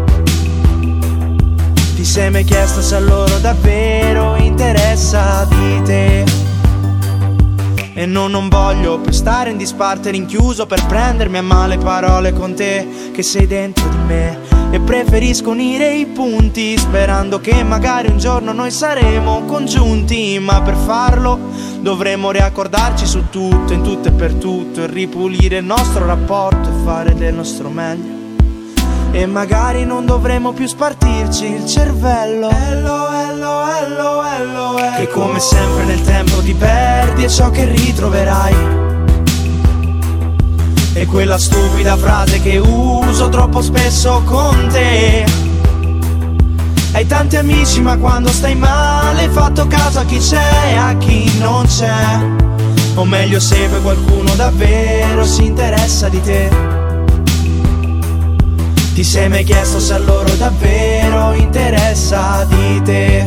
Ti sei mai chiesto se a loro davvero interessa di te? E no, non voglio più stare in disparte rinchiuso per prendermi a male parole con te, che sei dentro di me e preferisco unire i punti, sperando che magari un giorno noi saremo congiunti. Ma per farlo dovremo riaccordarci su tutto, in tutto e per tutto, e ripulire il nostro rapporto e fare del nostro meglio. E magari non dovremo più spartirci il cervello. Hello, hello, hello, hello, hello. Che come sempre nel tempo ti perdi e ciò che ritroverai è quella stupida frase che uso troppo spesso con te. Hai tanti amici ma quando stai male hai fatto caso a chi c'è e a chi non c'è. O meglio se poi qualcuno davvero si interessa di te. Ti sei mai chiesto se a loro davvero interessa di te?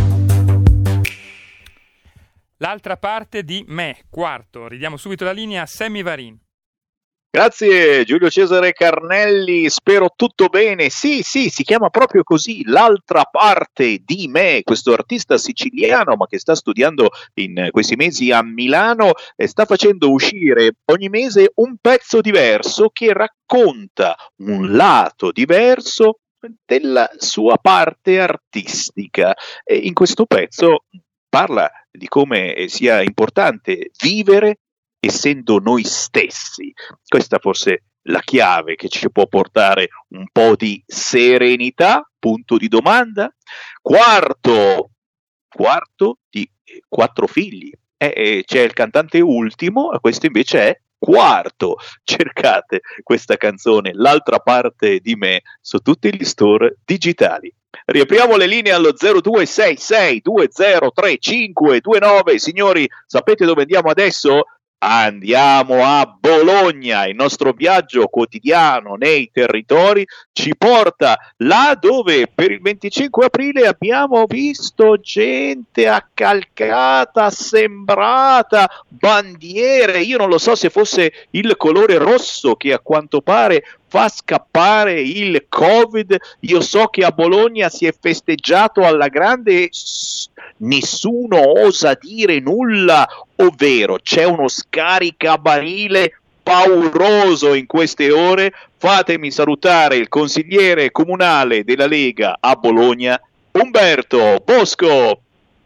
L'altra parte di Me, quarto. Ridiamo subito la linea a Sammy Varin. Grazie Giulio Cesare Carnelli, spero tutto bene. Sì, sì, si chiama proprio così, L'altra parte di me, questo artista siciliano ma che sta studiando in questi mesi a Milano e sta facendo uscire ogni mese un pezzo diverso che racconta un lato diverso della sua parte artistica. E in questo pezzo parla di come sia importante vivere essendo noi stessi. Questa forse è la chiave che ci può portare un po' di serenità, punto di domanda. Quarto, quarto di quattro figli. Eh, eh, c'è il cantante ultimo, e questo invece è quarto. Cercate questa canzone, L'altra parte di me, su tutti gli store digitali. Riapriamo le linee allo zero due sei sei due zero tre cinque due nove. Signori, sapete dove andiamo adesso? Andiamo a Bologna, il nostro viaggio quotidiano nei territori ci porta là dove per il venticinque aprile abbiamo visto gente accalcata, assembrata, bandiere. Io non lo so se fosse il colore rosso che a quanto pare fa scappare il Covid. Io so che a Bologna si è festeggiato alla grande e nessuno osa dire nulla, ovvero c'è uno scaricabarile pauroso in queste ore. Fatemi salutare il consigliere comunale della Lega a Bologna, Umberto Bosco.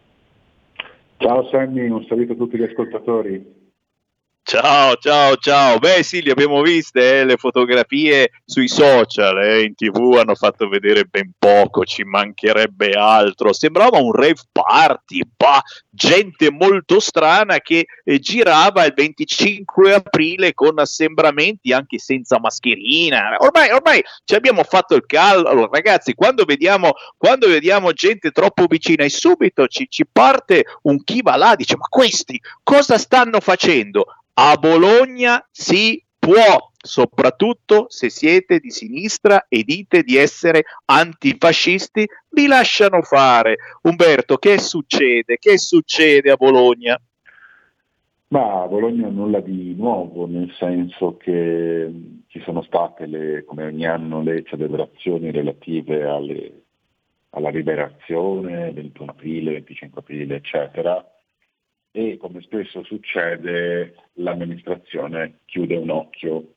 Ciao Sammy, un saluto a tutti gli ascoltatori. Ciao, ciao, ciao. Beh sì, le abbiamo viste eh, le fotografie sui social, eh, in tv hanno fatto vedere ben poco, ci mancherebbe altro. Sembrava un rave party, bah, gente molto strana che eh, girava il venticinque aprile con assembramenti anche senza mascherina. Ormai, ormai ci abbiamo fatto il callo. Allora, ragazzi, quando vediamo, quando vediamo gente troppo vicina e subito ci, ci parte un chi va là, dice ma questi cosa stanno facendo? A Bologna si può, soprattutto se siete di sinistra e dite di essere antifascisti, vi lasciano fare. Umberto, che succede? Che succede a Bologna? Ma a Bologna nulla di nuovo, nel senso che ci sono state, le, come ogni anno, le celebrazioni relative alle, alla liberazione, ventuno aprile, venticinque aprile, eccetera. E come spesso succede l'amministrazione chiude un occhio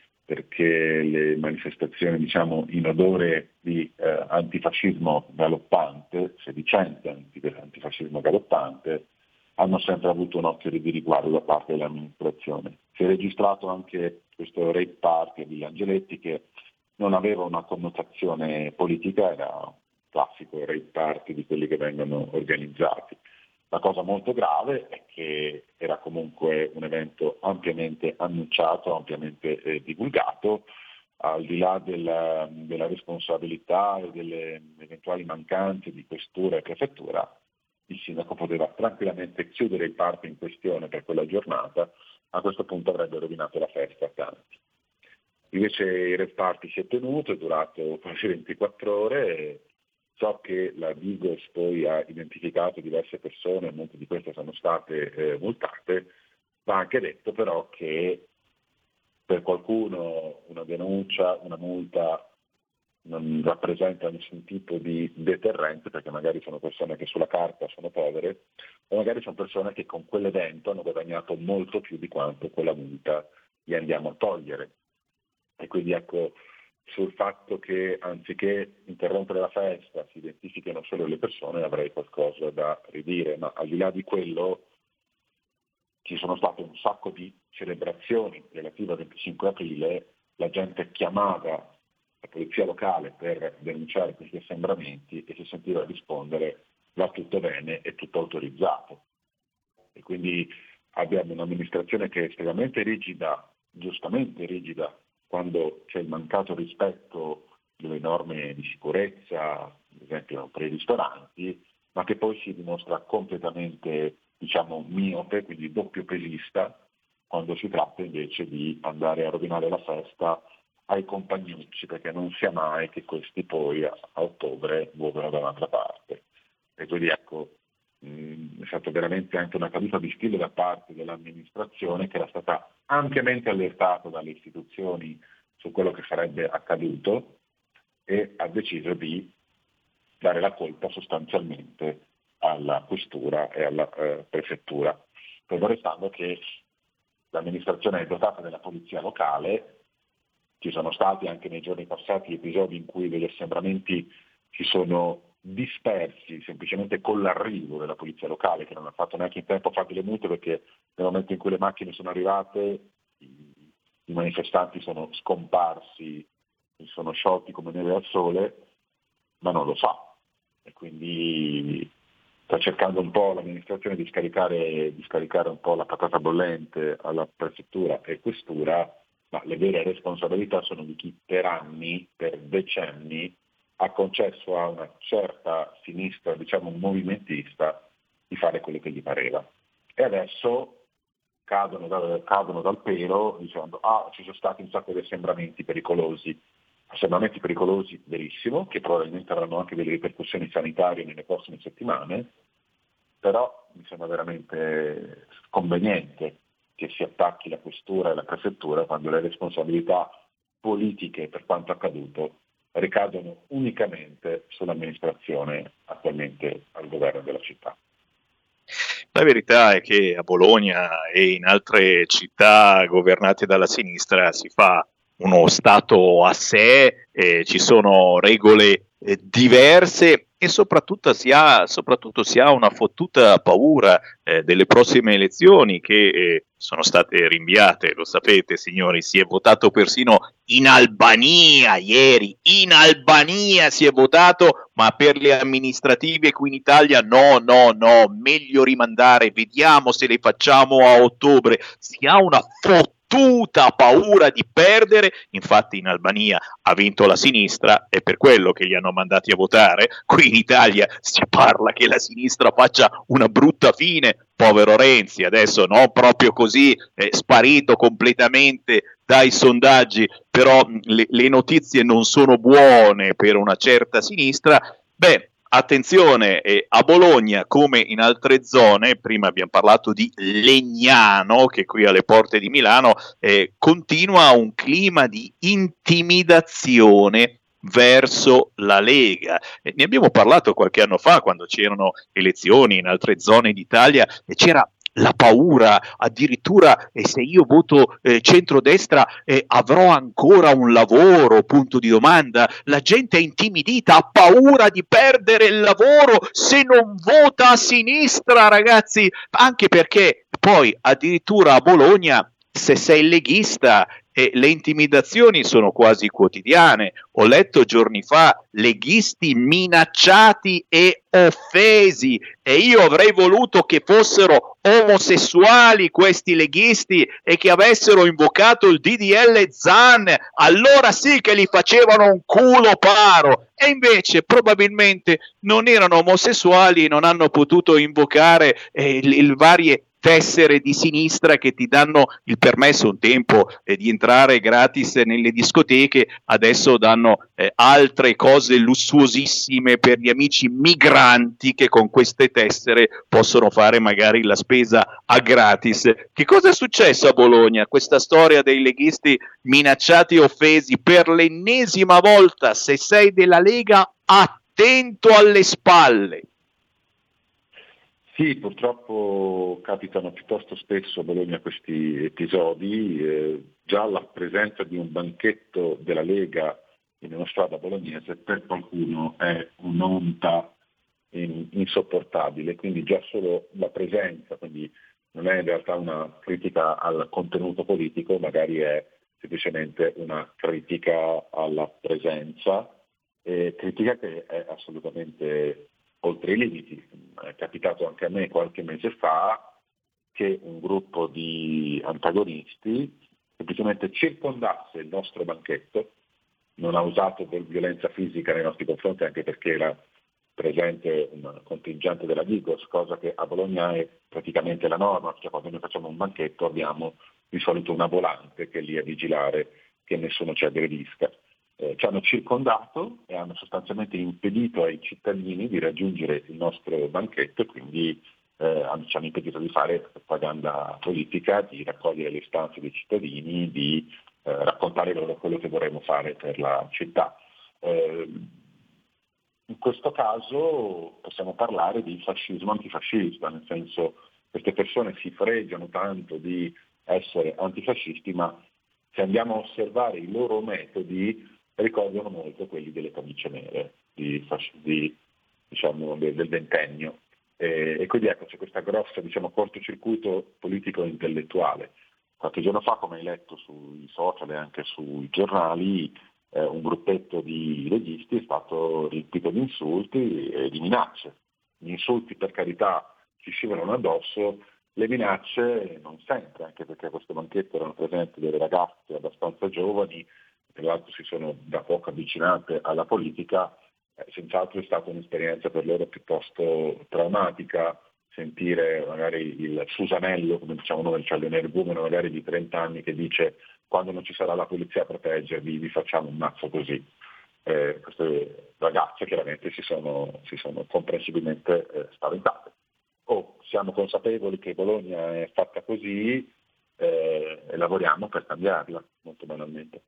perché le manifestazioni, diciamo, in odore di eh, antifascismo galoppante, sedicente antifascismo galoppante, hanno sempre avuto un occhio di riguardo da parte dell'amministrazione. Si è registrato anche questo rape party di Angeletti che non aveva una connotazione politica, era un classico rape party di quelli che vengono organizzati. La cosa molto grave è che era comunque un evento ampiamente annunciato, ampiamente eh, divulgato, al di là della, della responsabilità e delle eventuali mancanze di questura e prefettura, il sindaco poteva tranquillamente chiudere il party in questione per quella giornata, a questo punto avrebbe rovinato la festa a tanti. Invece il rave party si è tenuto, è durato quasi ventiquattro ore e so che la Digos poi ha identificato diverse persone, molte di queste sono state eh, multate, va anche detto però che per qualcuno una denuncia, una multa non rappresenta nessun tipo di deterrente, perché magari sono persone che sulla carta sono povere, o magari sono persone che con quell'evento hanno guadagnato molto più di quanto quella multa gli andiamo a togliere. E quindi ecco, sul fatto che anziché interrompere la festa si identifichino solo le persone, avrei qualcosa da ridire, ma al di là di quello ci sono state un sacco di celebrazioni relative al venticinque aprile, la gente chiamava la polizia locale per denunciare questi assembramenti e si sentiva rispondere va tutto bene, è tutto autorizzato. E quindi abbiamo un'amministrazione che è estremamente rigida, giustamente rigida, quando c'è il mancato rispetto delle norme di sicurezza, ad esempio per i ristoranti, ma che poi si dimostra completamente, diciamo, miope, quindi doppio pesista, quando si tratta invece di andare a rovinare la festa ai compagnucci, perché non sia mai che questi poi a, a ottobre muovono da un'altra parte. E quindi ecco, mh, è stata veramente anche una caduta di stile da parte dell'amministrazione, che era stata ampiamente allertata dalle istituzioni su quello che sarebbe accaduto e ha deciso di dare la colpa sostanzialmente alla questura e alla eh, prefettura, fermo restando che l'amministrazione è dotata della polizia locale. Ci sono stati anche nei giorni passati episodi in cui degli assembramenti si sono dispersi semplicemente con l'arrivo della polizia locale, che non ha fatto neanche in tempo a fare delle multe, perché nel momento in cui le macchine sono arrivate i, i manifestanti sono scomparsi, si sono sciolti come neve al sole, ma non lo fa. E quindi sta cercando un po' l'amministrazione di scaricare, di scaricare un po' la patata bollente alla prefettura e questura, ma le vere responsabilità sono di chi per anni, per decenni, ha concesso a una certa sinistra, diciamo movimentista, di fare quello che gli pareva. E adesso cadono, da, cadono dal pelo dicendo ah, ci sono stati un sacco di assembramenti pericolosi. Assembramenti pericolosi, verissimo, che probabilmente avranno anche delle ripercussioni sanitarie nelle prossime settimane, però mi sembra veramente sconveniente che si attacchi la questura e la prefettura quando le responsabilità politiche per quanto accaduto ricadono unicamente sull'amministrazione attualmente al governo della città. La verità è che a Bologna e in altre città governate dalla sinistra si fa uno Stato a sé, eh, ci sono regole eh, diverse e soprattutto si ha, soprattutto si ha una fottuta paura eh, delle prossime elezioni che eh, sono state rinviate, lo sapete signori, si è votato persino in Albania ieri, in Albania si è votato, ma per le amministrative qui in Italia no, no, no, meglio rimandare, vediamo se le facciamo a ottobre, si ha una fottuta tutta paura di perdere. Infatti in Albania ha vinto la sinistra, è per quello che li hanno mandati a votare. Qui in Italia si parla che la sinistra faccia una brutta fine, povero Renzi, adesso non proprio così, è sparito completamente dai sondaggi, però le, le notizie non sono buone per una certa sinistra. Beh, attenzione, eh, a Bologna come in altre zone, prima abbiamo parlato di Legnano che qui alle porte di Milano, eh, continua un clima di intimidazione verso la Lega. Eh, ne abbiamo parlato qualche anno fa quando c'erano elezioni in altre zone d'Italia e c'era la paura, addirittura eh, se io voto eh, centrodestra eh, avrò ancora un lavoro, punto di domanda. La gente è intimidita, ha paura di perdere il lavoro se non vota a sinistra, ragazzi, anche perché poi addirittura a Bologna se sei leghista e le intimidazioni sono quasi quotidiane. Ho letto giorni fa leghisti minacciati e offesi e io avrei voluto che fossero omosessuali questi leghisti e che avessero invocato il D D L Zan, allora sì che li facevano un culo paro, e invece probabilmente non erano omosessuali e non hanno potuto invocare eh, il, il varie tessere di sinistra che ti danno il permesso un tempo eh, di entrare gratis nelle discoteche, adesso danno eh, altre cose lussuosissime per gli amici migranti che con queste tessere possono fare magari la spesa a gratis. Che cosa è successo a Bologna? Questa storia dei leghisti minacciati e offesi per l'ennesima volta. Se sei della Lega, attento alle spalle. Sì, purtroppo capitano piuttosto spesso a Bologna questi episodi, eh, già la presenza di un banchetto della Lega in una strada bolognese per qualcuno è un'onta in, insopportabile, quindi già solo la presenza, quindi non è in realtà una critica al contenuto politico, magari è semplicemente una critica alla presenza, eh, critica che è assolutamente oltre i limiti. È capitato anche a me qualche mese fa che un gruppo di antagonisti semplicemente circondasse il nostro banchetto, non ha usato violenza fisica nei nostri confronti, anche perché era presente un contingente della Digos, cosa che a Bologna è praticamente la norma, cioè quando noi facciamo un banchetto abbiamo di solito una volante che è lì a vigilare che nessuno ci aggredisca. Eh, ci hanno circondato e hanno sostanzialmente impedito ai cittadini di raggiungere il nostro banchetto e quindi eh, ci hanno impedito di fare propaganda politica, di raccogliere le istanze dei cittadini, di eh, raccontare loro quello che vorremmo fare per la città. Eh, in questo caso possiamo parlare di fascismo antifascista, nel senso queste persone si fregiano tanto di essere antifascisti, ma se andiamo a osservare i loro metodi ricordano molto quelli delle camicie nere di, di, diciamo, del, del ventennio. E, e quindi ecco, c'è questa grossa, diciamo, cortocircuito politico e intellettuale. Qualche giorno fa, come hai letto sui social e anche sui giornali, eh, un gruppetto di leghisti è stato riempito di insulti e di minacce. Gli insulti, per carità, ci scivolano addosso, le minacce non sempre, anche perché a questo banchetto erano presenti delle ragazze abbastanza giovani, tra l'altro si sono da poco avvicinate alla politica. Eh, senz'altro è stata un'esperienza per loro piuttosto traumatica, sentire magari il Susanello, come diciamo noi, cioè l'energumeno magari di trenta anni che dice quando non ci sarà la polizia a proteggervi vi facciamo un mazzo così. Eh, queste ragazze chiaramente si sono, si sono comprensibilmente eh, spaventate. Oh, siamo consapevoli che Bologna è fatta così eh, e lavoriamo per cambiarla, molto banalmente.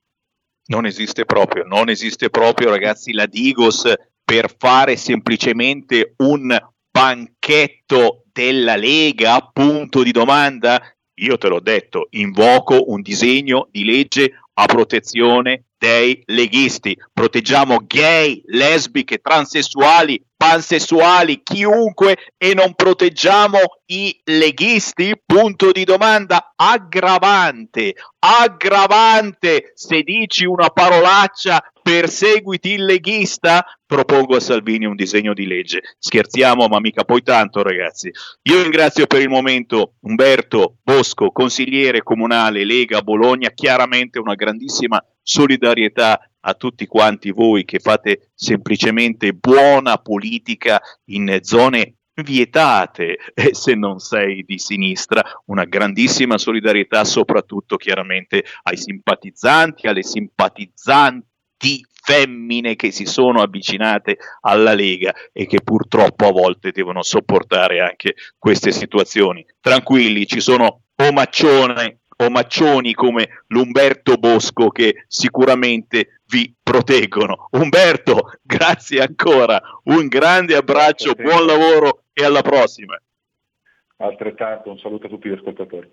Non esiste proprio, non esiste proprio, ragazzi, la Digos per fare semplicemente un banchetto della Lega, punto di domanda. Io te l'ho detto, invoco un disegno di legge a protezione dei leghisti. Proteggiamo gay, lesbiche, transessuali, pansessuali, chiunque, e non proteggiamo i leghisti? Punto di domanda. Aggravante, aggravante, se dici una parolaccia perseguiti il leghista. Propongo a Salvini un disegno di legge. Scherziamo, ma mica poi tanto, ragazzi. Io ringrazio per il momento Umberto Bosco, consigliere comunale Lega Bologna. Chiaramente una grandissima solidarietà a tutti quanti voi che fate semplicemente buona politica in zone vietate, e se non sei di sinistra, una grandissima solidarietà soprattutto chiaramente ai simpatizzanti, alle simpatizzanti femmine che si sono avvicinate alla Lega e che purtroppo a volte devono sopportare anche queste situazioni. Tranquilli, ci sono omaccione omaccioni come l'Umberto Bosco che sicuramente vi proteggono. Umberto, grazie ancora, un grande abbraccio, buon lavoro e alla prossima. Altrettanto, un saluto a tutti gli ascoltatori.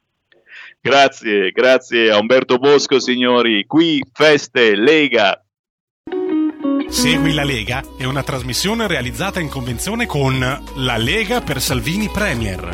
Grazie, grazie a Umberto Bosco, signori. Qui Feste Lega. Segui la Lega è una trasmissione realizzata in convenzione con La Lega per Salvini Premier.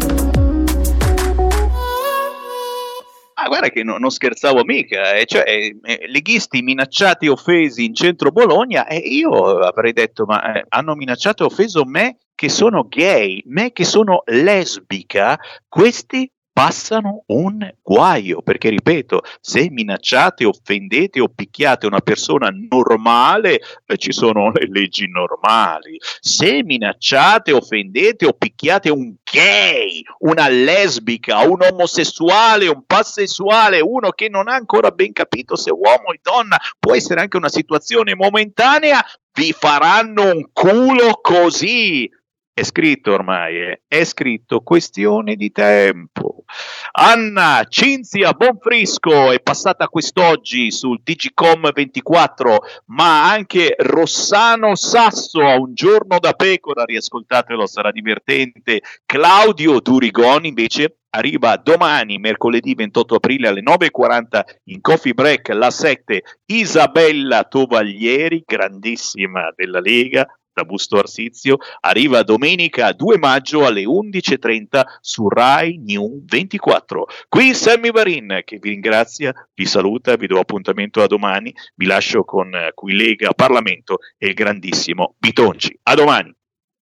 Ah, guarda che no, non scherzavo mica, eh, cioè, eh, leghisti minacciati e offesi in centro Bologna, e eh, io avrei detto, ma eh, hanno minacciato e offeso me che sono gay, me che sono lesbica, questi passano un guaio, perché ripeto, se minacciate, offendete o picchiate una persona normale, eh, ci sono le leggi normali. Se minacciate, offendete o picchiate un gay, una lesbica, un omosessuale, un pansessuale, uno che non ha ancora ben capito se uomo o donna, può essere anche una situazione momentanea, vi faranno un culo così. È scritto ormai, eh? È scritto, questione di tempo. Anna Cinzia Bonfrisco è passata quest'oggi sul Digicom ventiquattro, ma anche Rossano Sasso a Un giorno da pecora, riascoltatelo, sarà divertente. Claudio Durigoni invece arriva domani, mercoledì ventotto aprile alle nove e quaranta in Coffee Break, la sette. Isabella Tovaglieri, grandissima della Lega, da Busto Arsizio, arriva domenica due maggio alle undici e trenta su Rai New ventiquattro. Qui Sammy Varin che vi ringrazia, vi saluta, vi do appuntamento a domani, vi lascio con eh, Qui Lega Parlamento e il grandissimo Bitonci. A domani.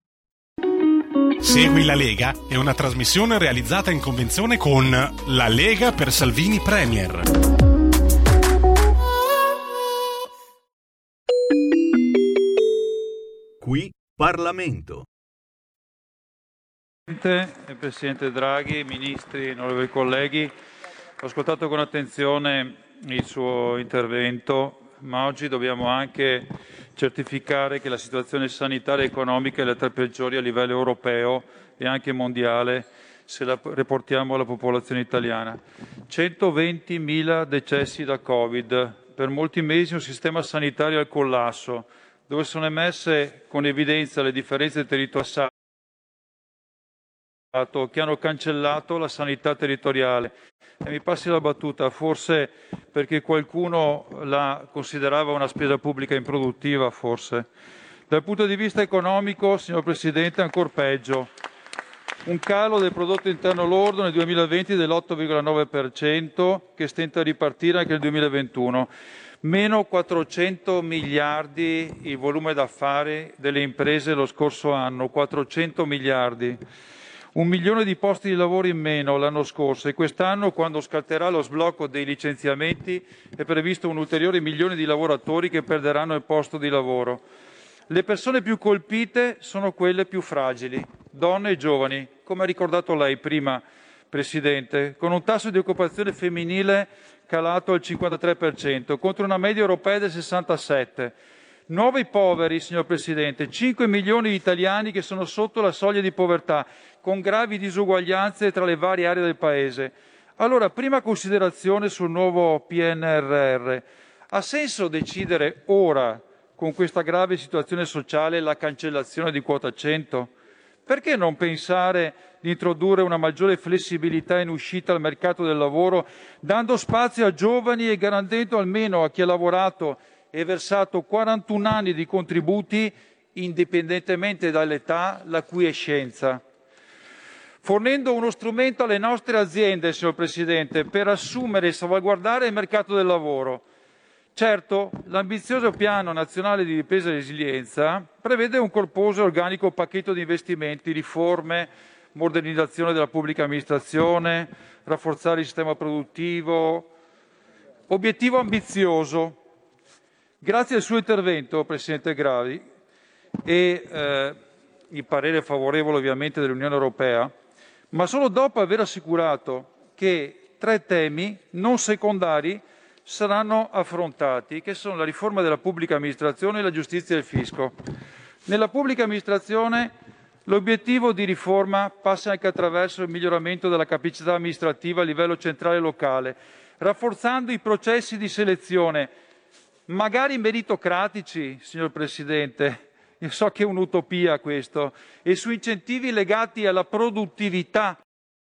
Segui la Lega è una trasmissione realizzata in convenzione con La Lega per Salvini Premier. Qui Parlamento. Presidente, Presidente Draghi, ministri, onorevoli colleghi, ho ascoltato con attenzione il suo intervento, ma oggi dobbiamo anche certificare che la situazione sanitaria e economica è la tra peggiori a livello europeo e anche mondiale se la riportiamo alla popolazione italiana. centoventimila decessi da Covid, per molti mesi un sistema sanitario al collasso, dove sono emerse con evidenza le differenze territoriali che hanno cancellato la sanità territoriale. E mi passi la battuta, forse perché qualcuno la considerava una spesa pubblica improduttiva, forse. Dal punto di vista economico, signor Presidente, ancora peggio. Un calo del prodotto interno lordo nel duemilaventi dell'otto virgola nove per cento che stenta a ripartire anche nel duemilaventuno. Meno quattrocento miliardi il volume d'affari delle imprese lo scorso anno, quattrocento miliardi. Un milione di posti di lavoro in meno l'anno scorso e quest'anno, quando scatterà lo sblocco dei licenziamenti, è previsto un ulteriore milione di lavoratori che perderanno il posto di lavoro. Le persone più colpite sono quelle più fragili, donne e giovani, come ha ricordato lei prima, Presidente, con un tasso di occupazione femminile calato al cinquantatré per cento, contro una media europea del sessantasette per cento. Nuovi poveri, signor Presidente, cinque milioni di italiani che sono sotto la soglia di povertà, con gravi disuguaglianze tra le varie aree del Paese. Allora, prima considerazione sul nuovo P N R R. Ha senso decidere ora, con questa grave situazione sociale, la cancellazione di quota cento? Perché non pensare di introdurre una maggiore flessibilità in uscita al mercato del lavoro, dando spazio a giovani e garantendo almeno a chi ha lavorato e versato quarantuno anni di contributi, indipendentemente dall'età, la quiescenza? Fornendo uno strumento alle nostre aziende, signor Presidente, per assumere e salvaguardare il mercato del lavoro. Certo, l'ambizioso Piano Nazionale di Ripresa e Resilienza prevede un corposo e organico pacchetto di investimenti, riforme, modernizzazione della pubblica amministrazione, rafforzare il sistema produttivo. Obiettivo ambizioso. Grazie al suo intervento, Presidente Draghi, e eh, il parere favorevole ovviamente dell'Unione Europea, ma solo dopo aver assicurato che tre temi non secondari saranno affrontati, che sono la riforma della pubblica amministrazione e la giustizia e il fisco. Nella pubblica amministrazione l'obiettivo di riforma passa anche attraverso il miglioramento della capacità amministrativa a livello centrale e locale, rafforzando i processi di selezione, magari meritocratici, signor Presidente, io so che è un'utopia questo, e su incentivi legati alla produttività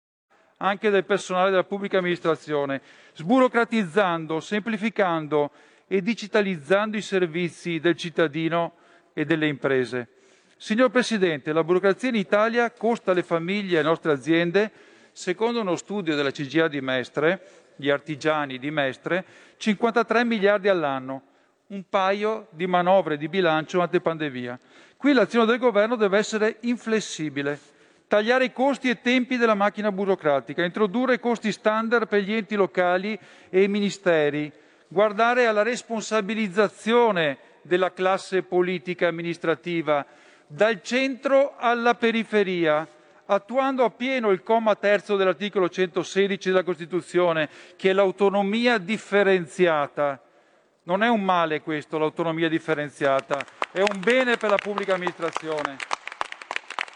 anche del personale della pubblica amministrazione, sburocratizzando, semplificando e digitalizzando i servizi del cittadino e delle imprese. Signor Presidente, la burocrazia in Italia costa alle famiglie e alle nostre aziende, secondo uno studio della C G I A di Mestre, gli artigiani di Mestre, cinquantatré miliardi all'anno, un paio di manovre di bilancio antepandemia. Qui l'azione del Governo deve essere inflessibile, tagliare i costi e tempi della macchina burocratica, introdurre costi standard per gli enti locali e i ministeri, guardare alla responsabilizzazione della classe politica e amministrativa, dal centro alla periferia, attuando appieno il comma terzo dell'articolo centosedici della Costituzione, che è l'autonomia differenziata. Non è un male questo, l'autonomia differenziata, è un bene per la pubblica amministrazione.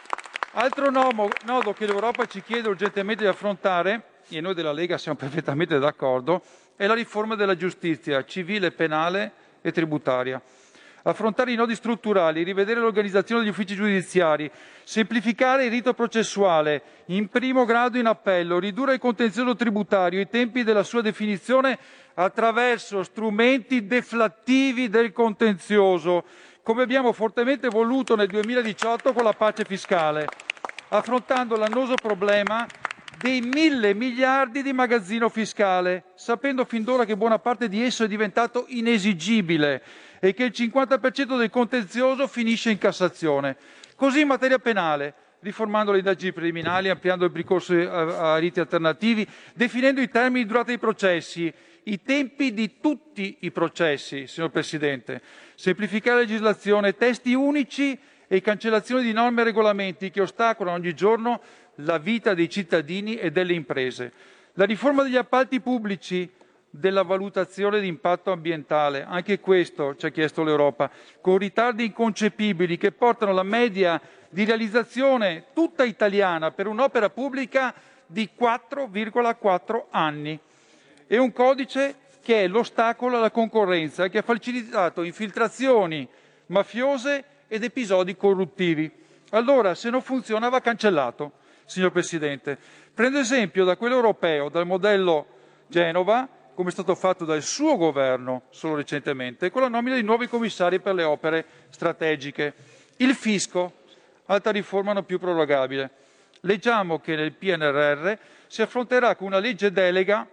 Altro nomo, nodo che l'Europa ci chiede urgentemente di affrontare, e noi della Lega siamo perfettamente d'accordo, è la riforma della giustizia civile, penale e tributaria. Affrontare i nodi strutturali, rivedere l'organizzazione degli uffici giudiziari, semplificare il rito processuale in primo grado in appello, ridurre il contenzioso tributario, i tempi della sua definizione attraverso strumenti deflattivi del contenzioso, come abbiamo fortemente voluto nel duemiladiciotto con la pace fiscale, affrontando l'annoso problema dei mille miliardi di magazzino fiscale, sapendo fin d'ora che buona parte di esso è diventato inesigibile e che il cinquanta per cento del contenzioso finisce in Cassazione. Così in materia penale, riformando le indagini preliminari, ampliando il ricorso a, a riti alternativi, definendo i termini di durata dei processi, i tempi di tutti i processi, signor Presidente, semplificare la legislazione, testi unici e cancellazione di norme e regolamenti che ostacolano ogni giorno la vita dei cittadini e delle imprese. La riforma degli appalti pubblici, della valutazione di impatto ambientale, anche questo ci ha chiesto l'Europa, con ritardi inconcepibili che portano la media di realizzazione tutta italiana per un'opera pubblica di quattro virgola quattro anni. È un codice che è l'ostacolo alla concorrenza e che ha facilitato infiltrazioni mafiose ed episodi corruttivi. Allora, se non funziona, va cancellato, signor Presidente. Prendo esempio da quello europeo, dal modello Genova, come è stato fatto dal suo governo solo recentemente, con la nomina di nuovi commissari per le opere strategiche. Il fisco, altra riforma non più prorogabile. Leggiamo che nel P N R R si affronterà con una legge delega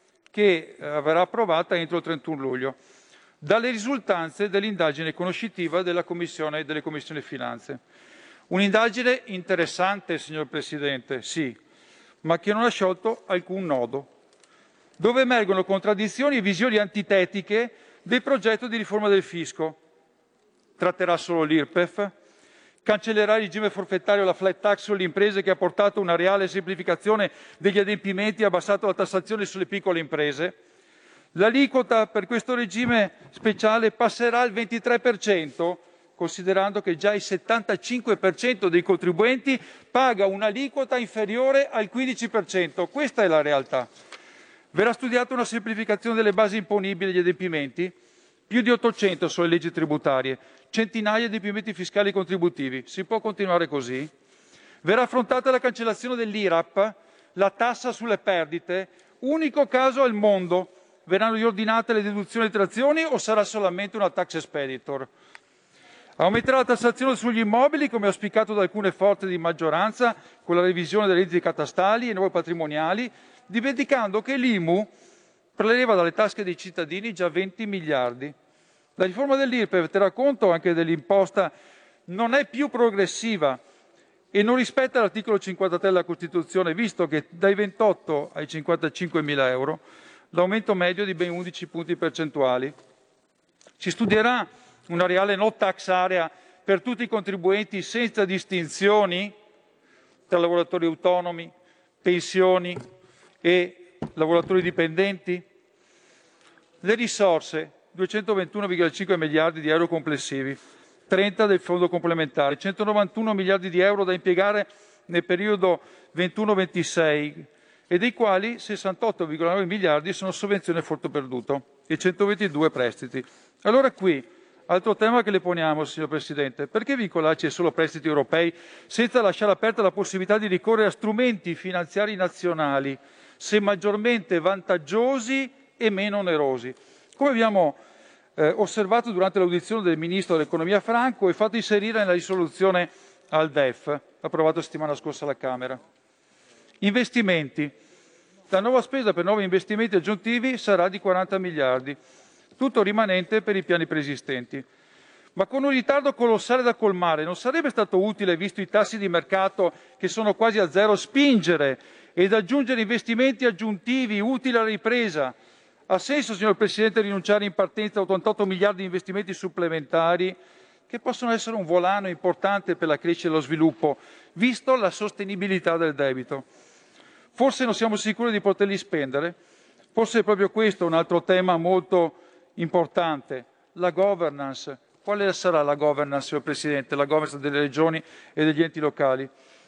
che verrà approvata entro il trentuno luglio, dalle risultanze dell'indagine conoscitiva della Commissione delle Commissioni Finanze. Un'indagine interessante, signor Presidente, sì, ma che non ha sciolto alcun nodo, dove emergono contraddizioni e visioni antitetiche del progetto di riforma del fisco. Tratterà solo l'I R P E F? Cancellerà il regime forfettario, la flat tax sulle imprese che ha portato una reale semplificazione degli adempimenti e abbassato la tassazione sulle piccole imprese? L'aliquota per questo regime speciale passerà al ventitré per cento, considerando che già il settantacinque per cento dei contribuenti paga un'aliquota inferiore al quindici per cento. Questa è la realtà. Verrà studiata una semplificazione delle basi imponibili degli adempimenti? Più di ottocento sono le leggi tributarie, centinaia di adempimenti fiscali e contributivi. Si può continuare così? Verrà affrontata la cancellazione dell'I R A P, la tassa sulle perdite, unico caso al mondo. Verranno riordinate le deduzioni e detrazioni o sarà solamente una tax expeditor? Aumenterà la tassazione sugli immobili, come auspicato da alcune forze di maggioranza, con la revisione delle leggi catastali e nuove patrimoniali, dimenticando che l'I M U preleva dalle tasche dei cittadini già venti miliardi. La riforma dell'I R P E F terrà conto anche dell'imposta, non è più progressiva e non rispetta l'articolo cinquantatré della Costituzione, visto che dai ventotto ai cinquantacinquemila euro l'aumento medio è di ben undici punti percentuali. Si studierà una reale no tax area per tutti i contribuenti senza distinzioni tra lavoratori autonomi, pensioni e lavoratori dipendenti? Le risorse, duecentoventuno virgola cinque miliardi di euro complessivi, trenta del fondo complementare, centonovantuno miliardi di euro da impiegare nel periodo ventuno ventisei e dei quali sessantotto virgola nove miliardi sono sovvenzioni a furto perduto e centoventidue prestiti. Allora qui, altro tema che le poniamo, signor Presidente, perché vincolarci ai solo prestiti europei senza lasciare aperta la possibilità di ricorrere a strumenti finanziari nazionali, se maggiormente vantaggiosi e meno onerosi? Come abbiamo eh, osservato durante l'audizione del Ministro dell'Economia Franco e fatto inserire nella risoluzione al D E F, approvato settimana scorsa alla Camera. Investimenti. La nuova spesa per nuovi investimenti aggiuntivi sarà di quaranta miliardi, tutto rimanente per i piani preesistenti. Ma con un ritardo colossale da colmare, non sarebbe stato utile, visto i tassi di mercato che sono quasi a zero, spingere ed aggiungere investimenti aggiuntivi utili alla ripresa? Ha senso, signor Presidente, rinunciare in partenza a ottantotto miliardi di investimenti supplementari che possono essere un volano importante per la crescita e lo sviluppo, visto la sostenibilità del debito? Forse non siamo sicuri di poterli spendere? Forse è proprio questo un altro tema molto importante, la governance. Quale sarà la governance, signor Presidente? La governance delle regioni e degli enti locali?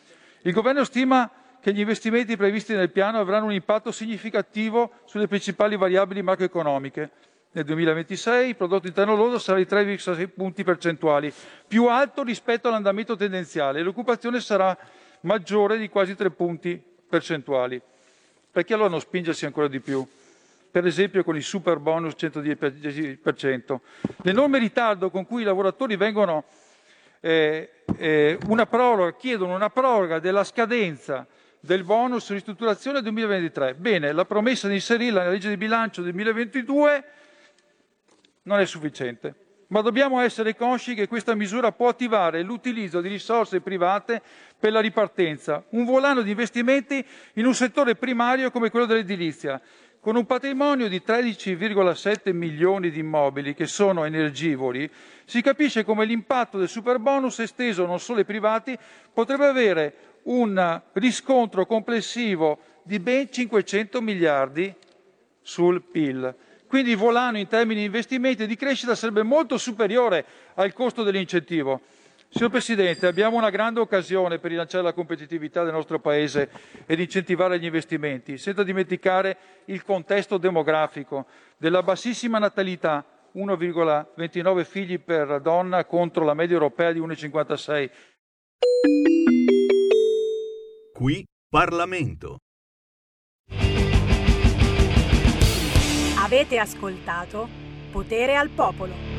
Il governo stima che gli investimenti previsti nel piano avranno un impatto significativo sulle principali variabili macroeconomiche. Nel duemilaventisei il prodotto interno lordo sarà di tre virgola sei punti percentuali, più alto rispetto all'andamento tendenziale, e l'occupazione sarà maggiore di quasi tre punti percentuali. Perché allora non spingersi ancora di più? Per esempio con il super bonus centodieci per cento. L'enorme ritardo con cui i lavoratori vengono eh, eh, una proroga, chiedono una proroga della scadenza del bonus ristrutturazione duemilaventitré. Bene, la promessa di inserirla nella legge di bilancio duemilaventidue non è sufficiente, ma dobbiamo essere consci che questa misura può attivare l'utilizzo di risorse private per la ripartenza, un volano di investimenti in un settore primario come quello dell'edilizia. Con un patrimonio di tredici virgola sette milioni di immobili che sono energivori, si capisce come l'impatto del superbonus esteso non solo ai privati potrebbe avere un riscontro complessivo di ben cinquecento miliardi sul P I L. Quindi il volano in termini di investimenti e di crescita sarebbe molto superiore al costo dell'incentivo. Signor Presidente, abbiamo una grande occasione per rilanciare la competitività del nostro Paese ed incentivare gli investimenti, senza dimenticare il contesto demografico della bassissima natalità, uno virgola ventinove figli per donna contro la media europea di uno virgola cinquantasei. Qui Parlamento. Avete ascoltato Potere al Popolo.